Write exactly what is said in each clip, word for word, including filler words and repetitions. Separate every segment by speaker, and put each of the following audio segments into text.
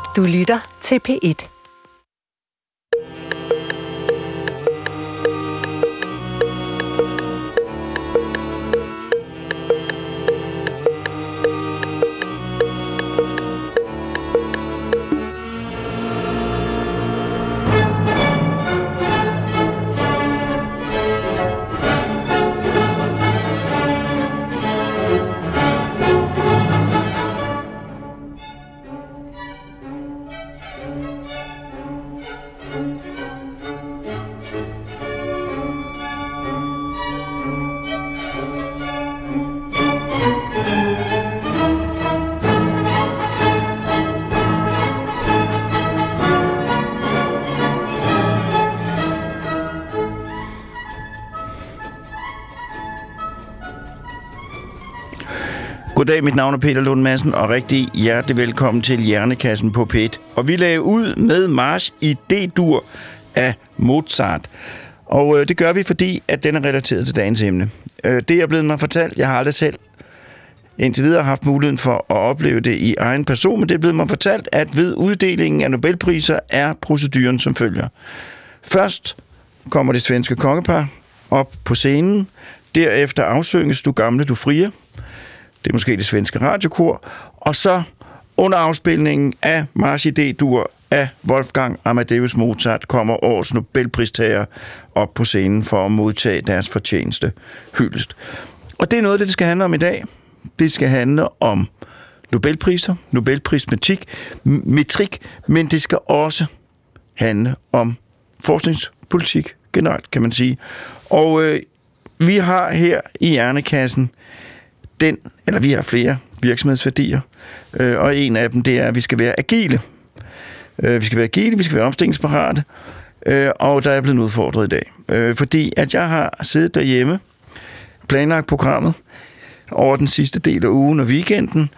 Speaker 1: Du lytter til P et.
Speaker 2: Goddag, mit navn er Peter Lund Madsen, og rigtig hjertelig velkommen til Hjernekassen på P et. Og vi lagde ud med March i D-dur af Mozart. Og øh, det gør vi, fordi at den er relateret til dagens emne. Øh, det er blevet mig fortalt, jeg har aldrig selv indtil videre haft muligheden for at opleve det i egen person, men det er blevet mig fortalt, at ved uddelingen af Nobelpriser er proceduren som følger. Først kommer det svenske kongepar op på scenen, derefter afsynges Du gamle, du frie. Det er måske det svenske radiokor. Og så under afspilningen af March i D-dur af Wolfgang Amadeus Mozart kommer årets Nobelpristager op på scenen for at modtage deres fortjeneste hyldest. Og det er noget af det, det skal handle om i dag. Det skal handle om Nobelpriser, Nobelprismetrik, metrik, men det skal også handle om forskningspolitik generelt, kan man sige. Og øh, vi har her i Hjernekassen den, eller vi har flere virksomhedsværdier, øh, og en af dem, det er, at vi skal være agile. Øh, vi skal være agile, vi skal være omstillingsparate, øh, og der er blevet udfordret i dag. Øh, fordi at jeg har siddet derhjemme, planlagt programmet over den sidste del af ugen og weekenden,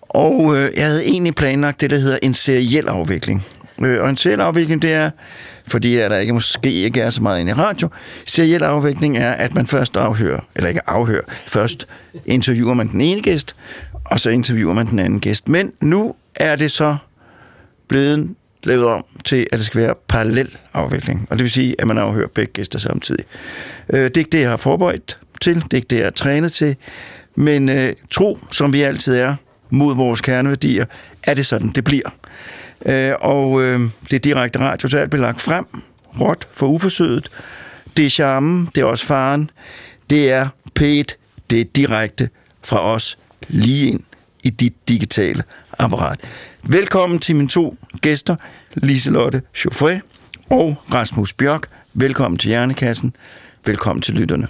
Speaker 2: og øh, jeg havde egentlig planlagt det, der hedder en seriel afvikling. Øh, og en seriel afvikling, det er, fordi at der ikke måske ikke er så meget inde i radio, seriel afvikling er, at man først afhører, eller ikke afhører, først interviewer man den ene gæst, og så interviewer man den anden gæst. Men nu er det så blevet lavet om til, at det skal være parallel afvikling. Og det vil sige, at man afhører begge gæster samtidig. Øh, det er ikke det, jeg har forberedt til, det er ikke det, jeg har trænet til, men øh, tro, som vi altid er, mod vores kerneværdier, er det sådan, det bliver. Øh, og øh, det er direkte radio, så alt bliver lagt frem, råt for uforsøget. Det er charmen, det er også faren, det er P et, det er direkte fra os lige ind i dit digitale apparat. Velkommen til mine to gæster, Liselotte Chauffret og Rasmus Bjørk. Velkommen til Hjernekassen. Velkommen til lytterne.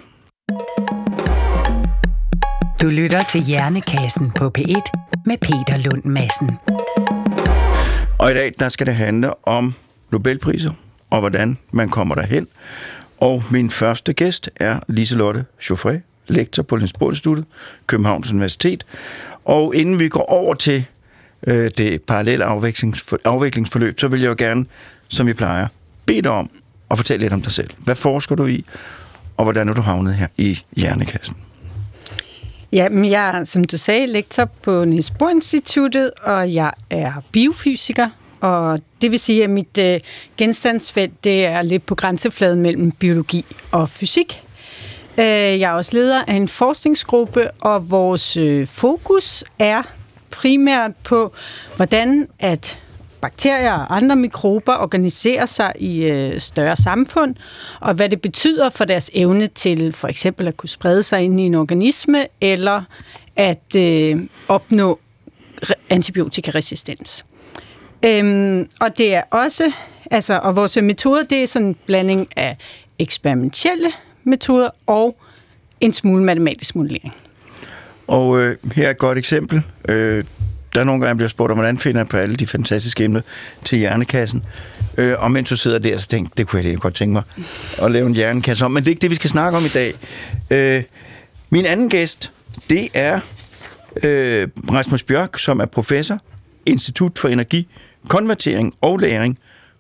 Speaker 1: Du lytter til Hjernekassen på P et med Peter Lund Madsen.
Speaker 2: Og i dag, der skal det handle om Nobelpriser og hvordan man kommer derhen. Og min første gæst er Liselotte Chauffret, lektor på Niels Bohr Instituttet, Københavns Universitet. Og inden vi går over til øh, det parallelle afviklingsforløb, så vil jeg jo gerne, som vi plejer, bede dig om at fortælle lidt om dig selv. Hvad forsker du i, og hvordan er du havnet her i Hjernekassen?
Speaker 3: Ja, men jeg er, som du sagde, lektor på Niels Bohr Instituttet, og jeg er biofysiker, og det vil sige, at mit øh, genstandsfelt, det er lidt på grænsefladen mellem biologi og fysik. Øh, jeg er også leder af en forskningsgruppe, og vores øh, fokus er primært på, hvordan at bakterier og andre mikrober organiserer sig i øh, større samfund, og hvad det betyder for deres evne til for eksempel at kunne sprede sig ind i en organisme, eller at øh, opnå antibiotikaresistens. Øhm, og det er også, altså, og vores metoder, det er sådan en blanding af eksperimentelle metoder og en smule matematisk modellering.
Speaker 2: Og øh, her er et godt eksempel. Øh, Der er nogle gange, jeg bliver spurgt om, hvordan finder jeg på alle de fantastiske emner til Hjernekassen. Øh, og mens du sidder der, så tænker det kunne jeg godt tænke mig at lave en hjernekasse om. Men det er ikke det, vi skal snakke om i dag. Øh, min anden gæst, det er øh, Rasmus Bjørk, som er professor, Institut for Energi, Konvertering og Læring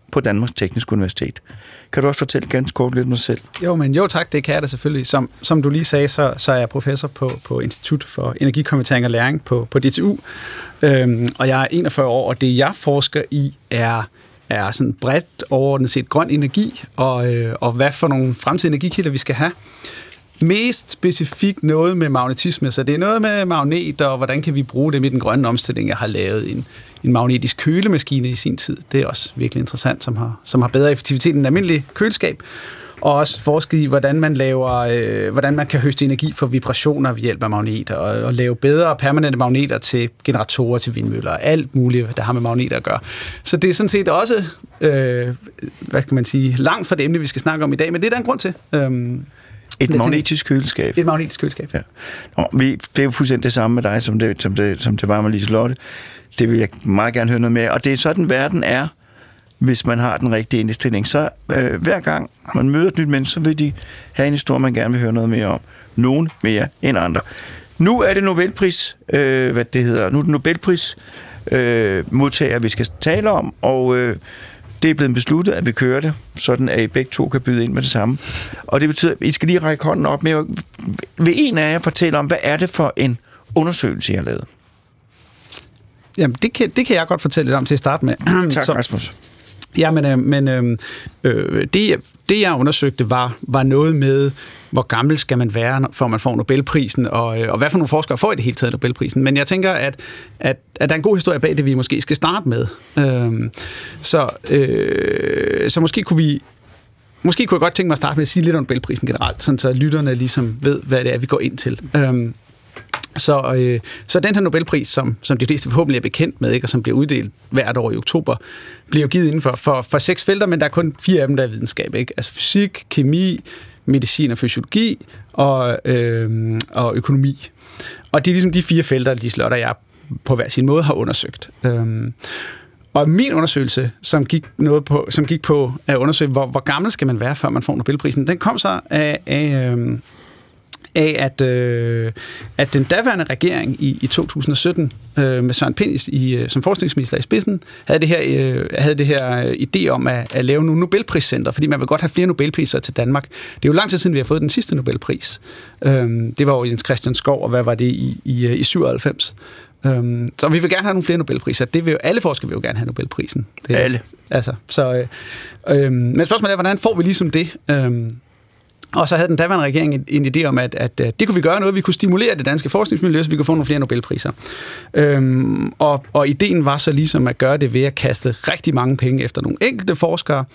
Speaker 2: på Danmarks Tekniske Universitet. Kan du også fortælle ganske kort lidt om dig selv?
Speaker 4: Jo, men jo tak, det kan jeg da selvfølgelig. Som, som du lige sagde, så, så er jeg professor på, på Institut for Energikonvertering og Læring på, på D T U, øhm, og jeg er enogfyrre år, og det jeg forsker i er, er sådan bredt overordnet set grøn energi, og, øh, og hvad for nogle fremtidige energikilder vi skal have. Mest specifikt noget med magnetisme, så det er noget med magneter, og hvordan kan vi bruge det med den grønne omstilling. Jeg har lavet en, en magnetisk kølemaskine i sin tid. Det er også virkelig interessant, som har, som har bedre effektivitet end almindelig køleskab. Og også forsket i, hvordan man laver, øh, hvordan man kan høste energi for vibrationer ved hjælp af magneter, og, og lave bedre permanente magneter til generatorer, til vindmøller, og alt muligt, der har med magneter at gøre. Så det er sådan set også, øh, hvad skal man sige, langt fra det emne, vi skal snakke om i dag, men det er der en grund til. Øhm,
Speaker 2: Et magnetisk køleskab.
Speaker 4: Et magnetisk køleskab.
Speaker 2: Ja. Nå, vi, det er jo fuldstændig det samme med dig, som det, som det, som det var med Liselotte. Det vil jeg meget gerne høre noget mere. Og det er sådan, verden er, hvis man har den rigtige indstilling. Så øh, hver gang man møder et nyt menneske, så vil de have en historie, man gerne vil høre noget mere om. Nogen mere end andre. Nu er det Nobelpris, øh, hvad det hedder, nu er det Nobelpris øh, modtager, vi skal tale om, og øh, det er blevet besluttet, at vi kører det, sådan at I begge to kan byde ind med det samme. Og det betyder, at I skal lige række hånden op med, vil en af jer fortælle om, hvad er det for en undersøgelse, I har lavet?
Speaker 4: Jamen, det kan, det kan jeg godt fortælle lidt om til at starte med.
Speaker 2: Tak,
Speaker 4: Så,
Speaker 2: Rasmus.
Speaker 4: Ja, men, øh, men øh, det, det, jeg undersøgte, var, var noget med, hvor gammel skal man være, før man får Nobelprisen, og, og hvad for nogle forskere får i det hele taget Nobelprisen. Men jeg tænker, at, at, at der er en god historie bag det, vi måske skal starte med. Øh, så, øh, så måske kunne vi måske kunne jeg godt tænke mig at starte med at sige lidt om Nobelprisen generelt, sådan så lytterne ligesom ved, hvad det er, vi går ind til. Øh, Så, øh, så den her Nobelpris, som, som de fleste forhåbentlig er bekendt med, ikke, og som bliver uddelt hvert år i oktober, bliver jo givet inden for, for, for seks felter, men der er kun fire af dem, der er videnskab. Ikke? Altså fysik, kemi, medicin og fysiologi og, øh, og økonomi. Og det er ligesom de fire felter, Liselotte og jeg på hver sin måde har undersøgt. Øh, og min undersøgelse, som gik, noget på, som gik på at undersøge, hvor, hvor gammel skal man være, før man får Nobelprisen, den kom så af... af øh, af, at, øh, at den daværende regering i, i to tusind og sytten øh, med Søren Pind i, øh, som forskningsminister i spidsen, havde det her, øh, havde det her idé om at, at lave nogle Nobelpriscenter, fordi man vil godt have flere Nobelpriser til Danmark. Det er jo lang tid siden, vi har fået den sidste Nobelpris. Øh, det var jo Jens Christian Skov, og hvad var det i, i, i syvoghalvfems? Øh, så vi vil gerne have nogle flere Nobelpriser. Det vil jo, alle forskere vil jo gerne have Nobelprisen. Det er,
Speaker 2: alle.
Speaker 4: Altså, så, øh, øh, men spørgsmålet er, hvordan får vi ligesom det? Øh, Og så havde den daværende regering en, en idé om, at, at, at det kunne vi gøre noget, vi kunne stimulere det danske forskningsmiljø, så vi kunne få nogle flere Nobelpriser. Øhm, og, og ideen var så ligesom at gøre det ved at kaste rigtig mange penge efter nogle enkelte forskere.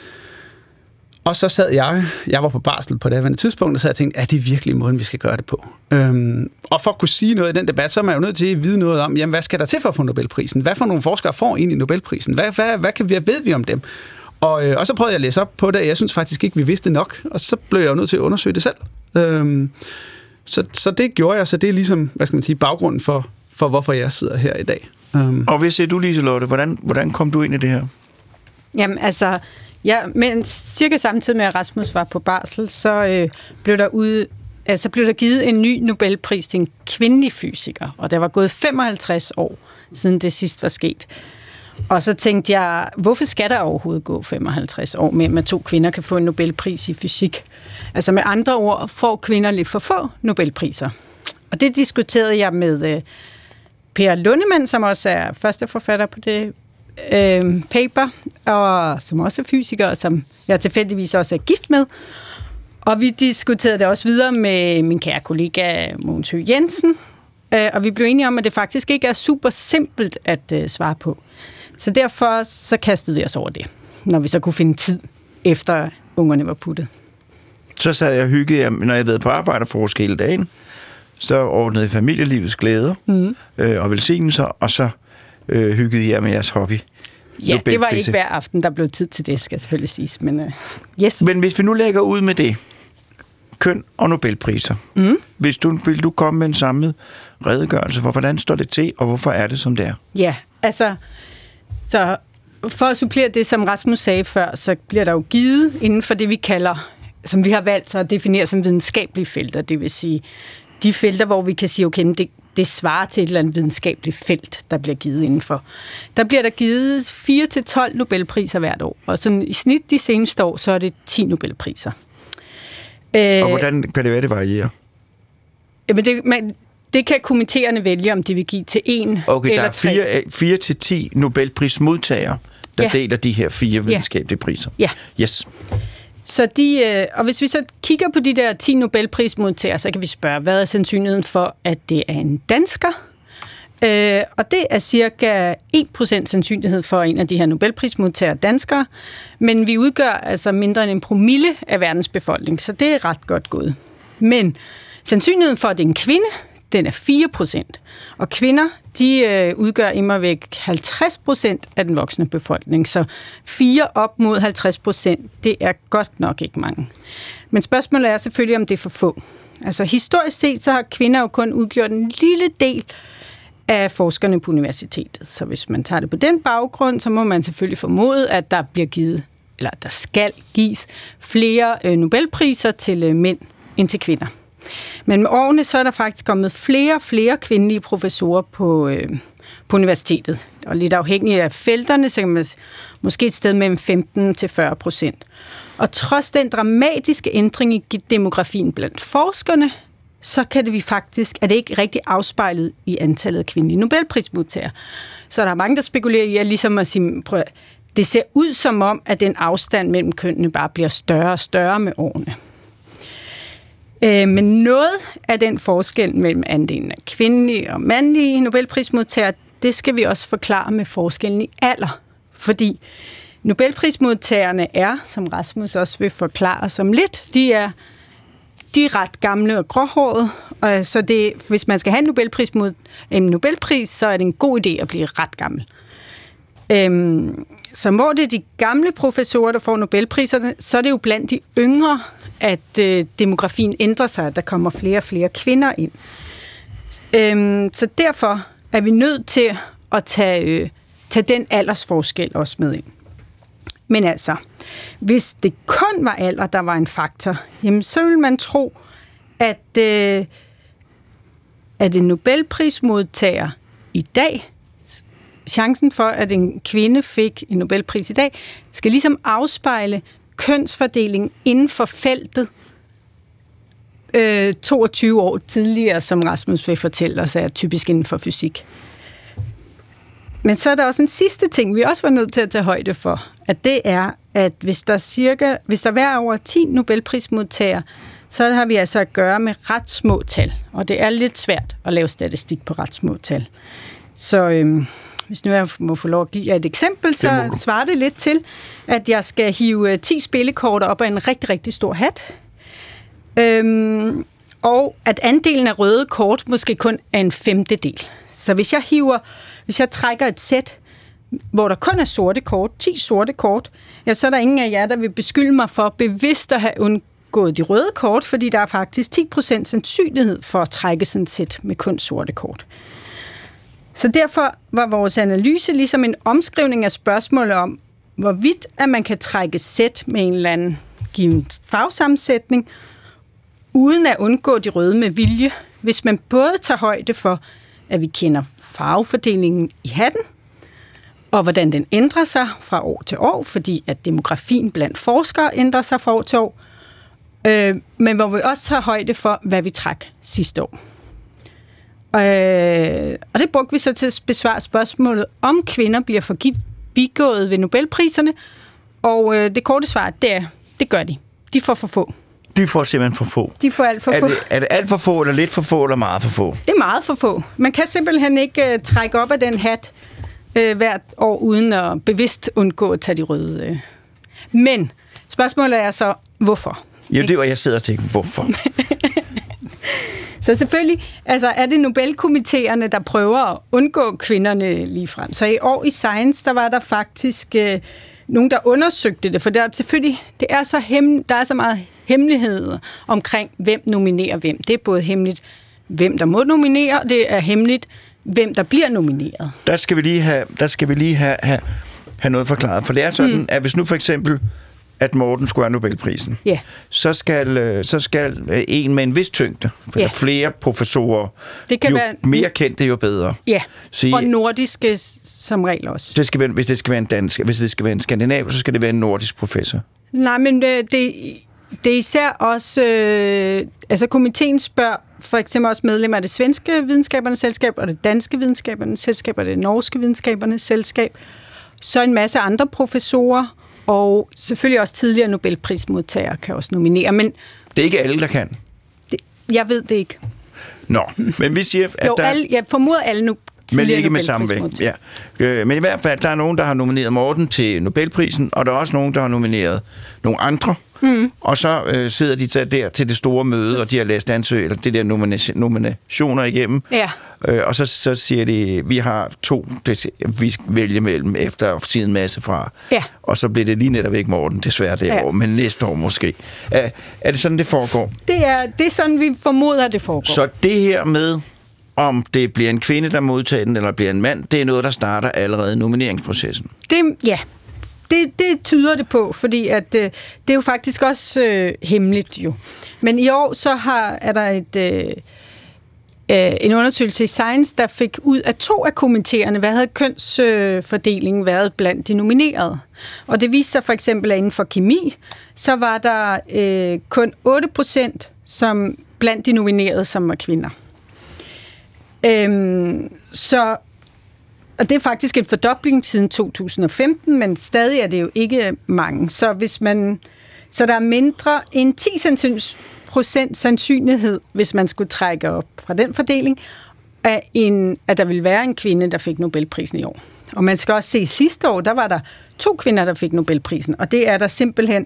Speaker 4: Og så sad jeg, jeg var på barsel på det daværende tidspunkt, og så havde jeg tænkt, er det virkelig måden, vi skal gøre det på? Øhm, og for at kunne sige noget i den debat, så er man jo nødt til at vide noget om, jamen, hvad skal der til for at få Nobelprisen? Hvad for nogle forskere får egentlig Nobelprisen? Hvad, hvad, hvad kan vi, ved vi om dem? Og, øh, og så prøvede jeg at læse op på det, og jeg synes faktisk ikke, vi vidste nok, og så blev jeg jo nødt til at undersøge det selv. Øhm, så, så det gjorde jeg, så det er ligesom, hvad skal man sige, baggrunden for, for hvorfor jeg sidder her i dag. Øhm.
Speaker 2: Og hvad siger du, Liselotte? Hvordan, hvordan kom du ind i det her?
Speaker 3: Jamen altså, ja, men cirka samtidig med, at Rasmus var på barsel, så øh, blev der ude, altså blev der givet en ny Nobelpris til en kvindelig fysiker, og der var gået femoghalvtreds år, siden det sidst var sket. Og så tænkte jeg, hvorfor skal der overhovedet gå femoghalvtreds år med, at to kvinder kan få en Nobelpris i fysik? Altså med andre ord, får kvinder lidt for få Nobelpriser. Og det diskuterede jeg med øh, Per Lundemann, som også er første forfatter på det øh, paper, og som også er fysiker, og som jeg tilfældigvis også er gift med. Og vi diskuterede det også videre med min kære kollega Mogens Høgh Jensen, øh, og vi blev enige om, at det faktisk ikke er super simpelt at øh, svare på. Så derfor så kastede vi os over det, når vi så kunne finde tid, efter ungerne var puttet.
Speaker 2: Så sad jeg og hyggede, når jeg ved på arbejde for hele dagen, så ordnede jeg familielivets glæder mm. øh, og velsignelser, og så øh, hyggede jeg med jeres hobby.
Speaker 3: Ja, det var ikke hver aften, der blev tid til det, skal selvfølgelig siges. Men, øh, yes.
Speaker 2: Men hvis vi nu lægger ud med det, køn og Nobelpriser, mm. hvis du, vil du komme med en samlet redegørelse for, hvordan står det til, og hvorfor er det, som det er?
Speaker 3: Ja, altså... Så for at supplere det, som Rasmus sagde før, så bliver der jo givet inden for det, vi kalder, som vi har valgt at definere som videnskabelige felter. Det vil sige, de felter, hvor vi kan sige, okay, det, det svarer til et eller andet videnskabeligt felt, der bliver givet indenfor. Der bliver der givet fire til tolv Nobelpriser hvert år, og sådan i snit de seneste år, så er det ti Nobelpriser.
Speaker 2: Og hvordan kan det være, det varierer?
Speaker 3: Jamen det, man, det kan komiteerne vælge, om de vil give til en
Speaker 2: okay,
Speaker 3: eller
Speaker 2: der er fire, fire til ti Nobelprismodtagere, der ja. deler de her fire videnskabelige priser.
Speaker 3: Ja.
Speaker 2: Yes.
Speaker 3: Så de, og hvis vi så kigger på de der ti Nobelprismodtagere, så kan vi spørge, hvad er sandsynligheden for, at det er en dansker? Øh, og det er cirka en procent sandsynlighed for en af de her Nobelprismodtagere danskere, men vi udgør altså mindre end en promille af verdens befolkning, så det er ret godt gået. Men sandsynligheden for, at det er en kvinde, den er fire procent. Og kvinder, de øh, udgør immervæk halvtreds procent af den voksne befolkning. Så fire op mod halvtreds procent, det er godt nok ikke mange. Men spørgsmålet er selvfølgelig, om det er for få. Altså historisk set, så har kvinder jo kun udgjort en lille del af forskerne på universitetet. Så hvis man tager det på den baggrund, så må man selvfølgelig formode, at der bliver givet, eller der skal gives flere øh, Nobelpriser til øh, mænd end til kvinder. Men med årene, så er der faktisk kommet flere og flere kvindelige professorer på, øh, på universitetet. Og lidt afhængig af felterne, så kan man måske et sted mellem femten til fyrre procent. Og trods den dramatiske ændring i demografien blandt forskerne, så kan det vi faktisk, er det ikke rigtig afspejlet i antallet af kvindelige Nobelprismodtagere. Så der er mange, der spekulerer i, at ligesom at sige, prøv, det ser ud som om, at den afstand mellem kønnene bare bliver større og større med årene. Men noget af den forskel mellem andelen af kvindelige og mandlige Nobelprismodtagere, det skal vi også forklare med forskellen i alder. Fordi Nobelprismodtagerne er, som Rasmus også vil forklare som lidt, de er, de er ret gamle og gråhårede. Og så det, hvis man skal have en Nobelpris, mod, en Nobelpris, så er det en god idé at blive ret gammel. Øhm, så hvor det er de gamle professorer, der får Nobelpriserne, så er det jo blandt de yngre, at øh, demografien ændrer sig, at der kommer flere og flere kvinder ind. Øhm, så derfor er vi nødt til at tage, øh, tage den aldersforskel også med ind. Men altså, hvis det kun var alder, der var en faktor, jamen så ville man tro, at, øh, at en Nobelprismodtager i dag, chancen for, at en kvinde fik en Nobelpris i dag, skal ligesom afspejle kønsfordeling inden for feltet øh, toogtyve år tidligere, som Rasmus vil fortælle os, er typisk inden for fysik. Men så er der også en sidste ting, vi også var nødt til at tage højde for, at det er, at hvis der cirka, hvis der hver over ti Nobelprismodtagere, så har vi altså at gøre med ret små tal, og det er lidt svært at lave statistik på ret små tal. Så øhm, hvis nu jeg må få lov at give jer et eksempel, så svarer det lidt til, at jeg skal hive ti spillekort op af en rigtig, rigtig stor hat, øhm, og at andelen af røde kort måske kun er en femtedel. Så hvis jeg hiver, hvis jeg trækker et sæt, hvor der kun er sorte kort, ti sorte kort, ja, så er der ingen af jer, der vil beskylde mig for bevidst at have undgået de røde kort, fordi der er faktisk ti procent sandsynlighed for at trække sådan et sæt med kun sorte kort. Så derfor var vores analyse ligesom en omskrivning af spørgsmålet om, hvorvidt at man kan trække sæt med en eller anden given farvesammensætning, uden at undgå de røde med vilje, hvis man både tager højde for, at vi kender farvefordelingen i hatten, og hvordan den ændrer sig fra år til år, fordi at demografien blandt forskere ændrer sig fra år til år, øh, men hvor vi også tager højde for, hvad vi trak sidste år. Øh, og det brugte vi så til at besvare spørgsmålet, om kvinder bliver forbigået ved Nobelpriserne, og øh, det korte svar, det er, det gør de. De får for få.
Speaker 2: De får simpelthen for få.
Speaker 3: De får alt for
Speaker 2: er
Speaker 3: få.
Speaker 2: Det, er det alt for få, eller lidt for få, eller meget for få?
Speaker 3: Det er meget for få. Man kan simpelthen ikke uh, trække op af den hat uh, hvert år, uden at bevidst undgå at tage de røde. Uh. Men spørgsmålet er så, hvorfor?
Speaker 2: Ja, det var jeg sidder og tænker, hvorfor?
Speaker 3: Så selvfølgelig, altså er det Nobelkomiteerne, der prøver at undgå kvinderne ligefrem. Så i år i Science, der var der faktisk uh, nogen, der undersøgte det, for der er selvfølgelig, det er så hem, der er så meget hemmelighed omkring, hvem nominerer hvem. Det er både hemmeligt, hvem der må nominere, og det er hemmeligt, hvem der bliver nomineret.
Speaker 2: Der skal vi lige have, der skal vi lige have, have, have noget forklaret. For det er sådan, mm. at hvis nu for eksempel at Morten skulle have Nobelprisen,
Speaker 3: Ja.
Speaker 2: så skal, så skal en med en vis tyngde, for
Speaker 3: Ja.
Speaker 2: flere professorer,
Speaker 3: Det kan
Speaker 2: jo
Speaker 3: være,
Speaker 2: mere kendte, jo bedre.
Speaker 3: Ja,
Speaker 2: Sige,
Speaker 3: og nordiske som regel også.
Speaker 2: det skal være, hvis det skal være en dansk, hvis det skal være en skandinav, så skal det være en nordisk professor.
Speaker 3: Nej, men det, det, det er især også... Øh, altså, komiteen spørger for eksempel også medlemmer af det svenske videnskabernes selskab, og det danske videnskabernes selskab, og det norske videnskabernes selskab. Så en masse andre professorer, og selvfølgelig også tidligere Nobelprismodtagere kan også nominere, men...
Speaker 2: Det er ikke alle, der kan.
Speaker 3: Det, jeg ved det ikke.
Speaker 2: Nå, men vi siger, at
Speaker 3: jo,
Speaker 2: der...
Speaker 3: alle, jeg formoder alle nu
Speaker 2: Men ikke med samme vægt. Ja. Øh, men i hvert fald, der er nogen, der har nomineret Morten til Nobelprisen, og der er også nogen, der har nomineret nogle andre. Mm. Og så øh, sidder de der, der til det store møde, og de har læst ansøg, eller det der nomina- nominationer igennem.
Speaker 3: Ja.
Speaker 2: Øh, og så, så siger de, vi har to, det, vi vælger mellem efter at sige en masse fra.
Speaker 3: Ja.
Speaker 2: Og så bliver det lige netop ikke Morten, desværre det
Speaker 3: Ja.
Speaker 2: år, men næste år måske. Er, er det sådan, det foregår?
Speaker 3: Det er, det er sådan, vi formoder, det foregår.
Speaker 2: Så det her med, om det bliver en kvinde, der modtager den, eller bliver en mand, det er noget, der starter allerede i nomineringsprocessen.
Speaker 3: Det, ja, det, det tyder det på, fordi at, øh, det er jo faktisk også øh, hemmeligt jo. Men i år så har, er der et, øh, øh, en undersøgelse i Science, der fik ud af to af komiteerne, hvad havde kønsfordelingen øh, været blandt de nominerede. Og det viste sig for eksempel, at inden for kemi, så var der øh, kun otte procent som blandt de nominerede, som var kvinder. Øhm, så, og det er faktisk en fordobling siden to tusind og femten, men stadig er det jo ikke mange. Så hvis man, så der er mindre end ti procent sandsynlighed, hvis man skulle trække op fra den fordeling, af en, at der ville være en kvinde, der fik Nobelprisen i år. Og man skal også se, sidste år, der var der to kvinder, der fik Nobelprisen, og det er der simpelthen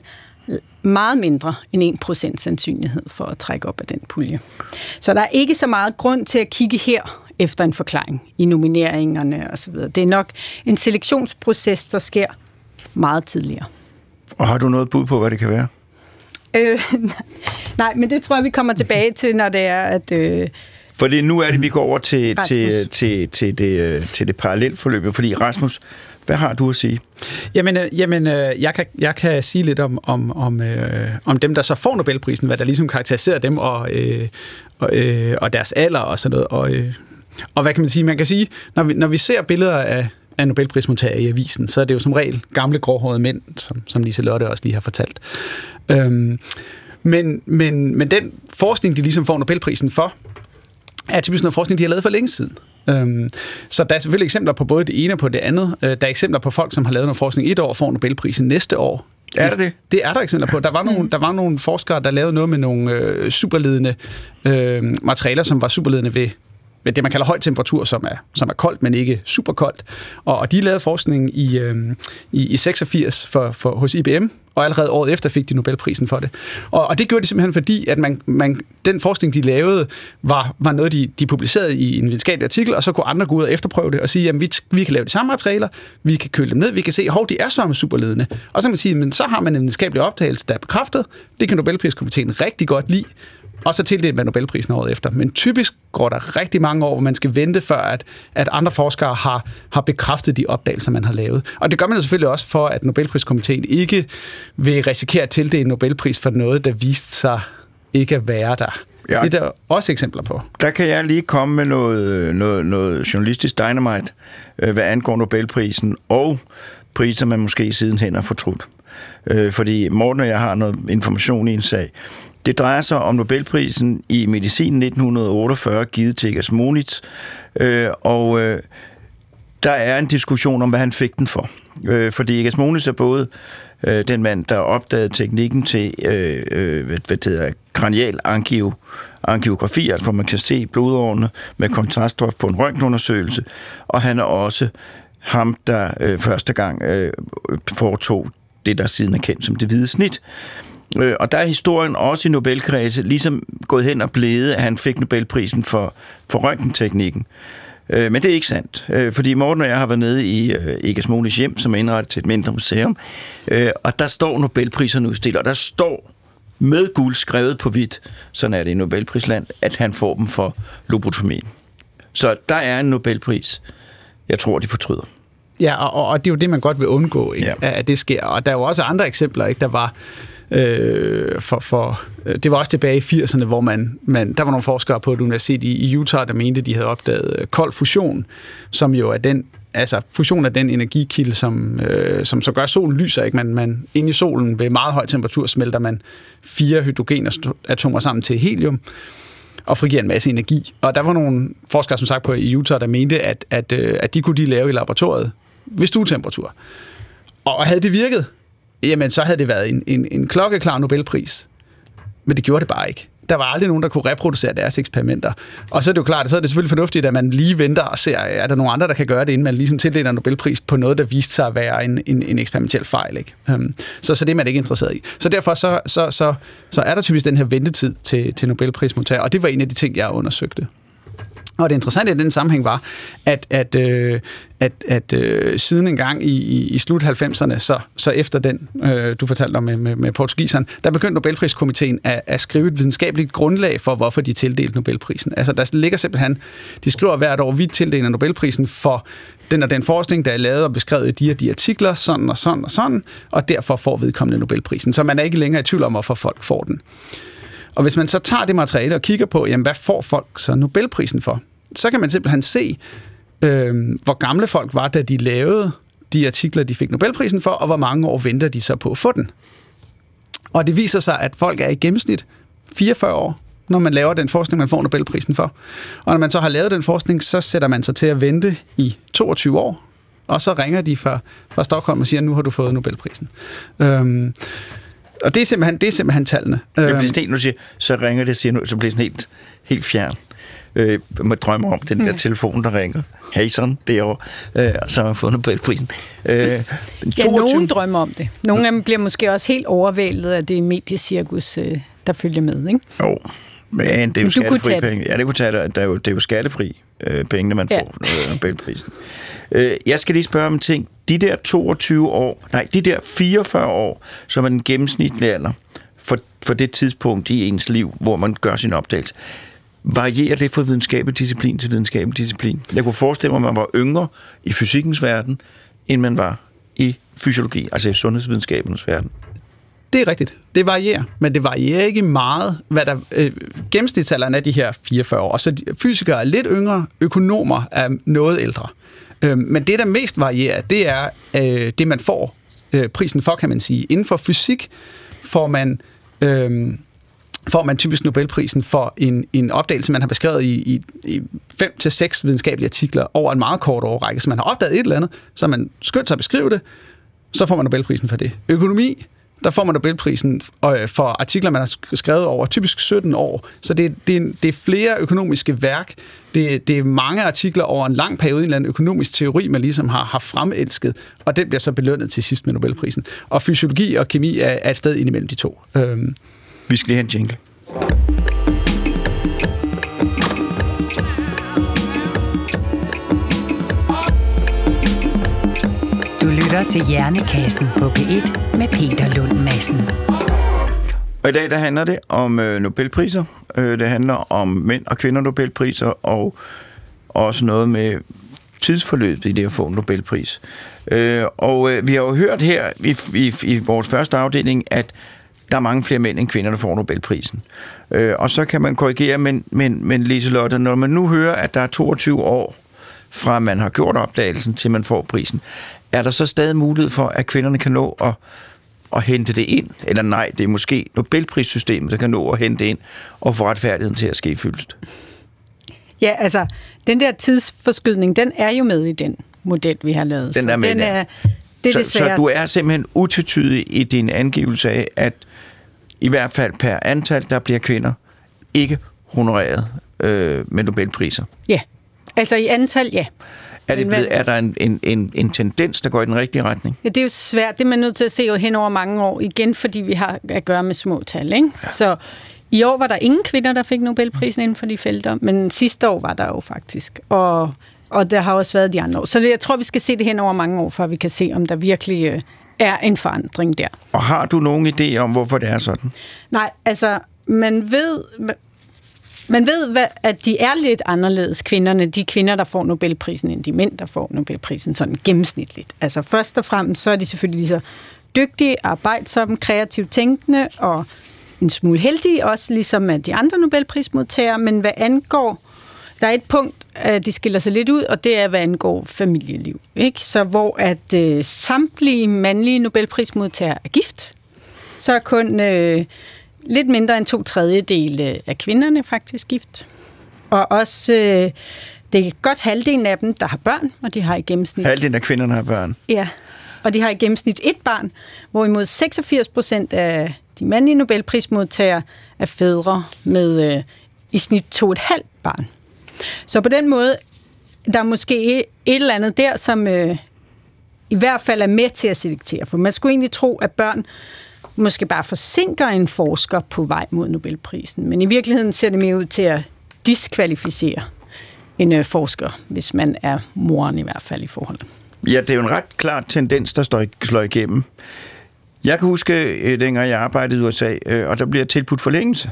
Speaker 3: meget mindre end en procent sandsynlighed for at trække op af den pulje. Så der er ikke så meget grund til at kigge her efter en forklaring i nomineringerne osv. Det er nok en selektionsproces, der sker meget tidligere.
Speaker 2: Og har du noget bud på, hvad det kan være?
Speaker 3: Øh, nej, men det tror jeg, vi kommer tilbage til, når det er, at... Øh,
Speaker 2: Fordi nu er det, vi går over til, til, til, til, det, til det parallelforløb. Fordi Rasmus, hvad har du at sige?
Speaker 4: Jamen, øh, jamen øh, jeg, kan, jeg kan sige lidt om, om, om, øh, om dem, der så får Nobelprisen, hvad der ligesom karakteriserer dem, og, øh, og, øh, og deres alder og sådan noget. Og, øh, og hvad kan man sige? Man kan sige, når vi, når vi ser billeder af, af Nobelprismodtagere i avisen, så er det jo som regel gamle, gråhårede mænd, som, som Liselotte også lige har fortalt. Øhm, men, men, men den forskning, de ligesom får Nobelprisen for, er typisk noget forskning, de har lavet for længe siden. Øhm, så der er selvfølgelig eksempler på både det ene og på det andet. Øh, der er eksempler på folk, som har lavet noget forskning et år og får Nobelprisen næste år.
Speaker 2: Er det det?
Speaker 4: Det er der eksempler på. Der var nogle, der var nogle forskere, der lavede noget med nogle øh, superledende øh, materialer, som var superledende ved, ved det, man kalder høj temperatur, som er, som er koldt, men ikke superkoldt. Og, og de lavede forskning i, øh, i, i seksogfirs for, for, hos I B M, og allerede året efter fik de Nobelprisen for det. Og, og det gjorde de simpelthen fordi, at man, man, den forskning, de lavede, var, var noget, de, de publicerede i en videnskabelig artikel, og så kunne andre gå ud og efterprøve det og sige, jamen vi, vi kan lave de samme materialer, vi kan køle dem ned, vi kan se, hov, de er så superledende. Og så kan man sige, men så har man en videnskabelig optagelse, der er bekræftet. Det kan Nobelpriskomiteen rigtig godt lide. Og så tildelt med Nobelprisen året efter. Men typisk går der rigtig mange år, hvor man skal vente, før at, at andre forskere har, har bekræftet de opdagelser, man har lavet. Og det gør man selvfølgelig også for, at Nobelpriskomiteen ikke vil risikere at tildele en Nobelpris for noget, der viste sig ikke at være der. Ja. Det er der også eksempler på.
Speaker 2: Der kan jeg lige komme med noget, noget, noget journalistisk dynamite, hvad angår Nobelprisen, og priser, man måske sidenhen har fortrudt. Fordi Morten og jeg har noget information i en sag. Det drejer sig om Nobelprisen i medicin nitten otteogfyrre, givet til Egas Monitz, øh, og øh, der er en diskussion om, hvad han fik den for. Øh, fordi Egas Monitz er både øh, den mand, der opdagede teknikken til øh, øh, hvad det hedder, kranial angio, angiografi, altså hvor man kan se blodårene med kontraststof på en røntgenundersøgelse, og han er også ham, der øh, første gang øh, foretog det, der siden er kendt som det hvide snit. Og der er historien også i Nobelkredse ligesom gået hen og blevet, at han fik Nobelprisen for, for røntgenteknikken. Men det er ikke sandt, fordi Morten og jeg har været nede i Egas Monitz hjem, som er indrettet til et mindre museum, og der står Nobelpriserne udstillet, og der står med guld skrevet på hvidt, sådan er det i Nobelprisland, at han får dem for lobotomi. Så der er en Nobelpris. Jeg tror, de fortryder.
Speaker 4: Ja, og, og det er jo det, man godt vil undgå, ikke?
Speaker 2: Ja.
Speaker 4: At det sker. Og der er jo også andre eksempler, ikke? Der var øh, for, for det var også tilbage i firserne, hvor man, man der var nogle forskere på et universitet i, i Utah, der mente, de havde opdaget kold fusion, som jo er den altså fusion af den energikilde, som, øh, som så gør, at solen lyser. Ikke? Man, man, inde i solen ved meget høj temperatur smelter man fire hydrogenatomer sammen til helium og frigiver en masse energi. Og der var nogle forskere, som sagt på i Utah, der mente, at, at, at de kunne de lave i laboratoriet ved stuetemperatur. Og havde det virket, jamen så havde det været en, en, en klokkeklar Nobelpris. Men det gjorde det bare ikke. Der var aldrig nogen, der kunne reproducere deres eksperimenter. Og så er det jo klart, så er det selvfølgelig fornuftigt, at man lige venter og ser, er der nogen andre, der kan gøre det, inden man ligesom tildeler en Nobelpris på noget, der viste sig at være en, en, en eksperimentel fejl. Ikke? Um, så, så det er man ikke interesseret i. Så derfor så, så, så, så er der typisk den her ventetid til, til Nobelprismodtager, og det var en af de ting, jeg undersøgte. Og det interessante i den sammenhæng var, at, at, øh, at, at øh, siden en gang i, i, i slut halvfemserne, så, så efter den, øh, du fortalte om med, med, med portugiseren, der begyndte Nobelpriskomiteen at, at skrive et videnskabeligt grundlag for, hvorfor de tildelte Nobelprisen. Altså der ligger simpelthen, de skriver hvert år, vi tildeler Nobelprisen for den og den forskning, der er lavet og beskrevet i de og de artikler, sådan og sådan og sådan, og derfor får vedkommende Nobelprisen. Så man er ikke længere i tvivl om, hvorfor folk får den. Og hvis man så tager det materiale og kigger på, jamen, hvad får folk så Nobelprisen for? Så kan man simpelthen se, øh, hvor gamle folk var, da de lavede de artikler, de fik Nobelprisen for, og hvor mange år venter de så på at få den. Og det viser sig, at folk er i gennemsnit fireogfyrre år, når man laver den forskning, man får Nobelprisen for. Og når man så har lavet den forskning, så sætter man sig til at vente i toogtyve år, og så ringer de fra, fra Stockholm og siger, nu har du fået Nobelprisen. Øhm, og det er simpelthen, det er simpelthen tallene.
Speaker 2: Det bliver sådan helt, nu siger, så ringer det, siger nu, så bliver sådan helt, helt fjern. Øh, man drømmer om den der mm. telefon, der ringer. Hey, sådan, derovre. Øh, og så har man fået Nobelprisen. Øh,
Speaker 3: ja, nogen drømmer om det. Nogle af dem bliver måske også helt overvældet af det mediecirkus, der følger med, ikke?
Speaker 2: Jo, men det er jo skattefri penge. Ja, det kunne tage det. Er jo, det er jo skattefri øh, penge, man ja. får øh, Nobelprisen. Øh, jeg skal lige spørge om en ting. De der toogtyve år, nej, de der fireogfyrre år, som er den gennemsnitlige alder for, for det tidspunkt i ens liv, hvor man gør sin opdagelse, varierer det fra videnskabelig disciplin til videnskabelig disciplin? Jeg kunne forestille mig, at man var yngre i fysikkens verden, end man var i fysiologi, altså i sundhedsvidenskabens verden.
Speaker 4: Det er rigtigt. Det varierer, men det varierer ikke meget, hvad der øh, gennemsnitsalderen er de her fireogfyrre år. Og så fysikere er lidt yngre, økonomer er noget ældre. Øh, men det, der mest varierer, det er øh, det, man får øh, prisen for, kan man sige. Inden for fysik får man... Øh, får man typisk Nobelprisen for en, en opdagelse, man har beskrevet i, i, i fem til seks videnskabelige artikler over en meget kort årrække. Så man har opdaget et eller andet, så man skyndt sig at beskrive det, så får man Nobelprisen for det. Økonomi, der får man Nobelprisen for artikler, man har skrevet over typisk sytten år. Så det, det, det er flere økonomiske værk. Det, det er mange artikler over en lang periode, en eller anden økonomisk teori, man ligesom har, har fremelsket, og den bliver så belønnet til sidst med Nobelprisen. Og fysiologi og kemi er, er et sted ind imellem de to. Øhm,
Speaker 2: Vi skal lige have en jingle.
Speaker 1: Du lytter til Hjernekassen på P et med Peter Lund Madsen.
Speaker 2: Og i dag der handler det om øh, Nobelpriser. Øh, det handler om mænd og kvinder Nobelpriser, og også noget med tidsforløbet i det at få en Nobelpris. Øh, og øh, vi har jo hørt her i, i, i vores første afdeling, at der er mange flere mænd end kvinder, der får Nobelprisen. Øh, og så kan man korrigere, men, men, men Liselotte, når man nu hører, at der er toogtyve år fra man har gjort opdagelsen, til man får prisen, er der så stadig mulighed for, at kvinderne kan nå at, at hente det ind? Eller nej, det er måske Nobelprissystemet, der kan nå at hente det ind og få retfærdigheden til at ske fyldest?
Speaker 3: Ja, altså, den der tidsforskydning, den er jo med i den model, vi har lavet.
Speaker 2: Den er med,
Speaker 3: den
Speaker 2: ja.
Speaker 3: er, det er
Speaker 2: så, så du er simpelthen utvetydig i din angivelse af, at i hvert fald per antal, der bliver kvinder ikke honoreret øh, med Nobelpriser?
Speaker 3: Ja, altså i antal, ja.
Speaker 2: Er, det blevet, er der en, en, en, en tendens, der går i den rigtige retning?
Speaker 3: Ja, det er jo svært. Det er man nødt til at se jo hen over mange år, igen fordi vi har at gøre med små tal, ikke? Ja. Så i år var der ingen kvinder, der fik Nobelprisen inden for de felter, men sidste år var der jo faktisk. Og, og der har også været de andre år. Så det, jeg tror, vi skal se det hen over mange år, før vi kan se, om der virkelig øh, er en forandring der.
Speaker 2: Og har du nogen idé om, hvorfor det er sådan?
Speaker 3: Nej, altså, man ved... man ved, hvad, at de er lidt anderledes, kvinderne, de kvinder, der får Nobelprisen, end de mænd, der får Nobelprisen, sådan gennemsnitligt. Altså først og fremmest, så er de selvfølgelig lige så dygtige, arbejdsomme, kreativt tænkende og en smule heldige, også ligesom at de andre Nobelprismodtagere, men hvad angår, der er et punkt, at de skiller sig lidt ud, og det er, hvad angår familieliv. Ikke? Så hvor at øh, samtlige mandlige Nobelprismodtagere er gift, så er kun øh, lidt mindre end to tredjedele af kvinderne faktisk gift. Og også, øh, det er godt halvdelen af dem, der har børn, og de har i gennemsnit...
Speaker 2: Halvdelen af kvinderne har børn?
Speaker 3: Ja, og de har i gennemsnit et barn, hvorimod seksogfirs procent af de mandlige Nobelprismodtagere er fædre med øh, i snit to og et halvt barn. Så på den måde, der er måske et eller andet der, som øh, i hvert fald er med til at selektere. For man skulle egentlig tro, at børn måske bare forsinker en forsker på vej mod Nobelprisen. Men i virkeligheden ser det mere ud til at diskvalificere en øh, forsker, hvis man er moren i hvert fald i forholdet.
Speaker 2: Ja, det er jo en ret klar tendens, der står, slår igennem. Jeg kan huske, dengang jeg arbejdede i U S A, øh, og der bliver tilbudt forlængelse.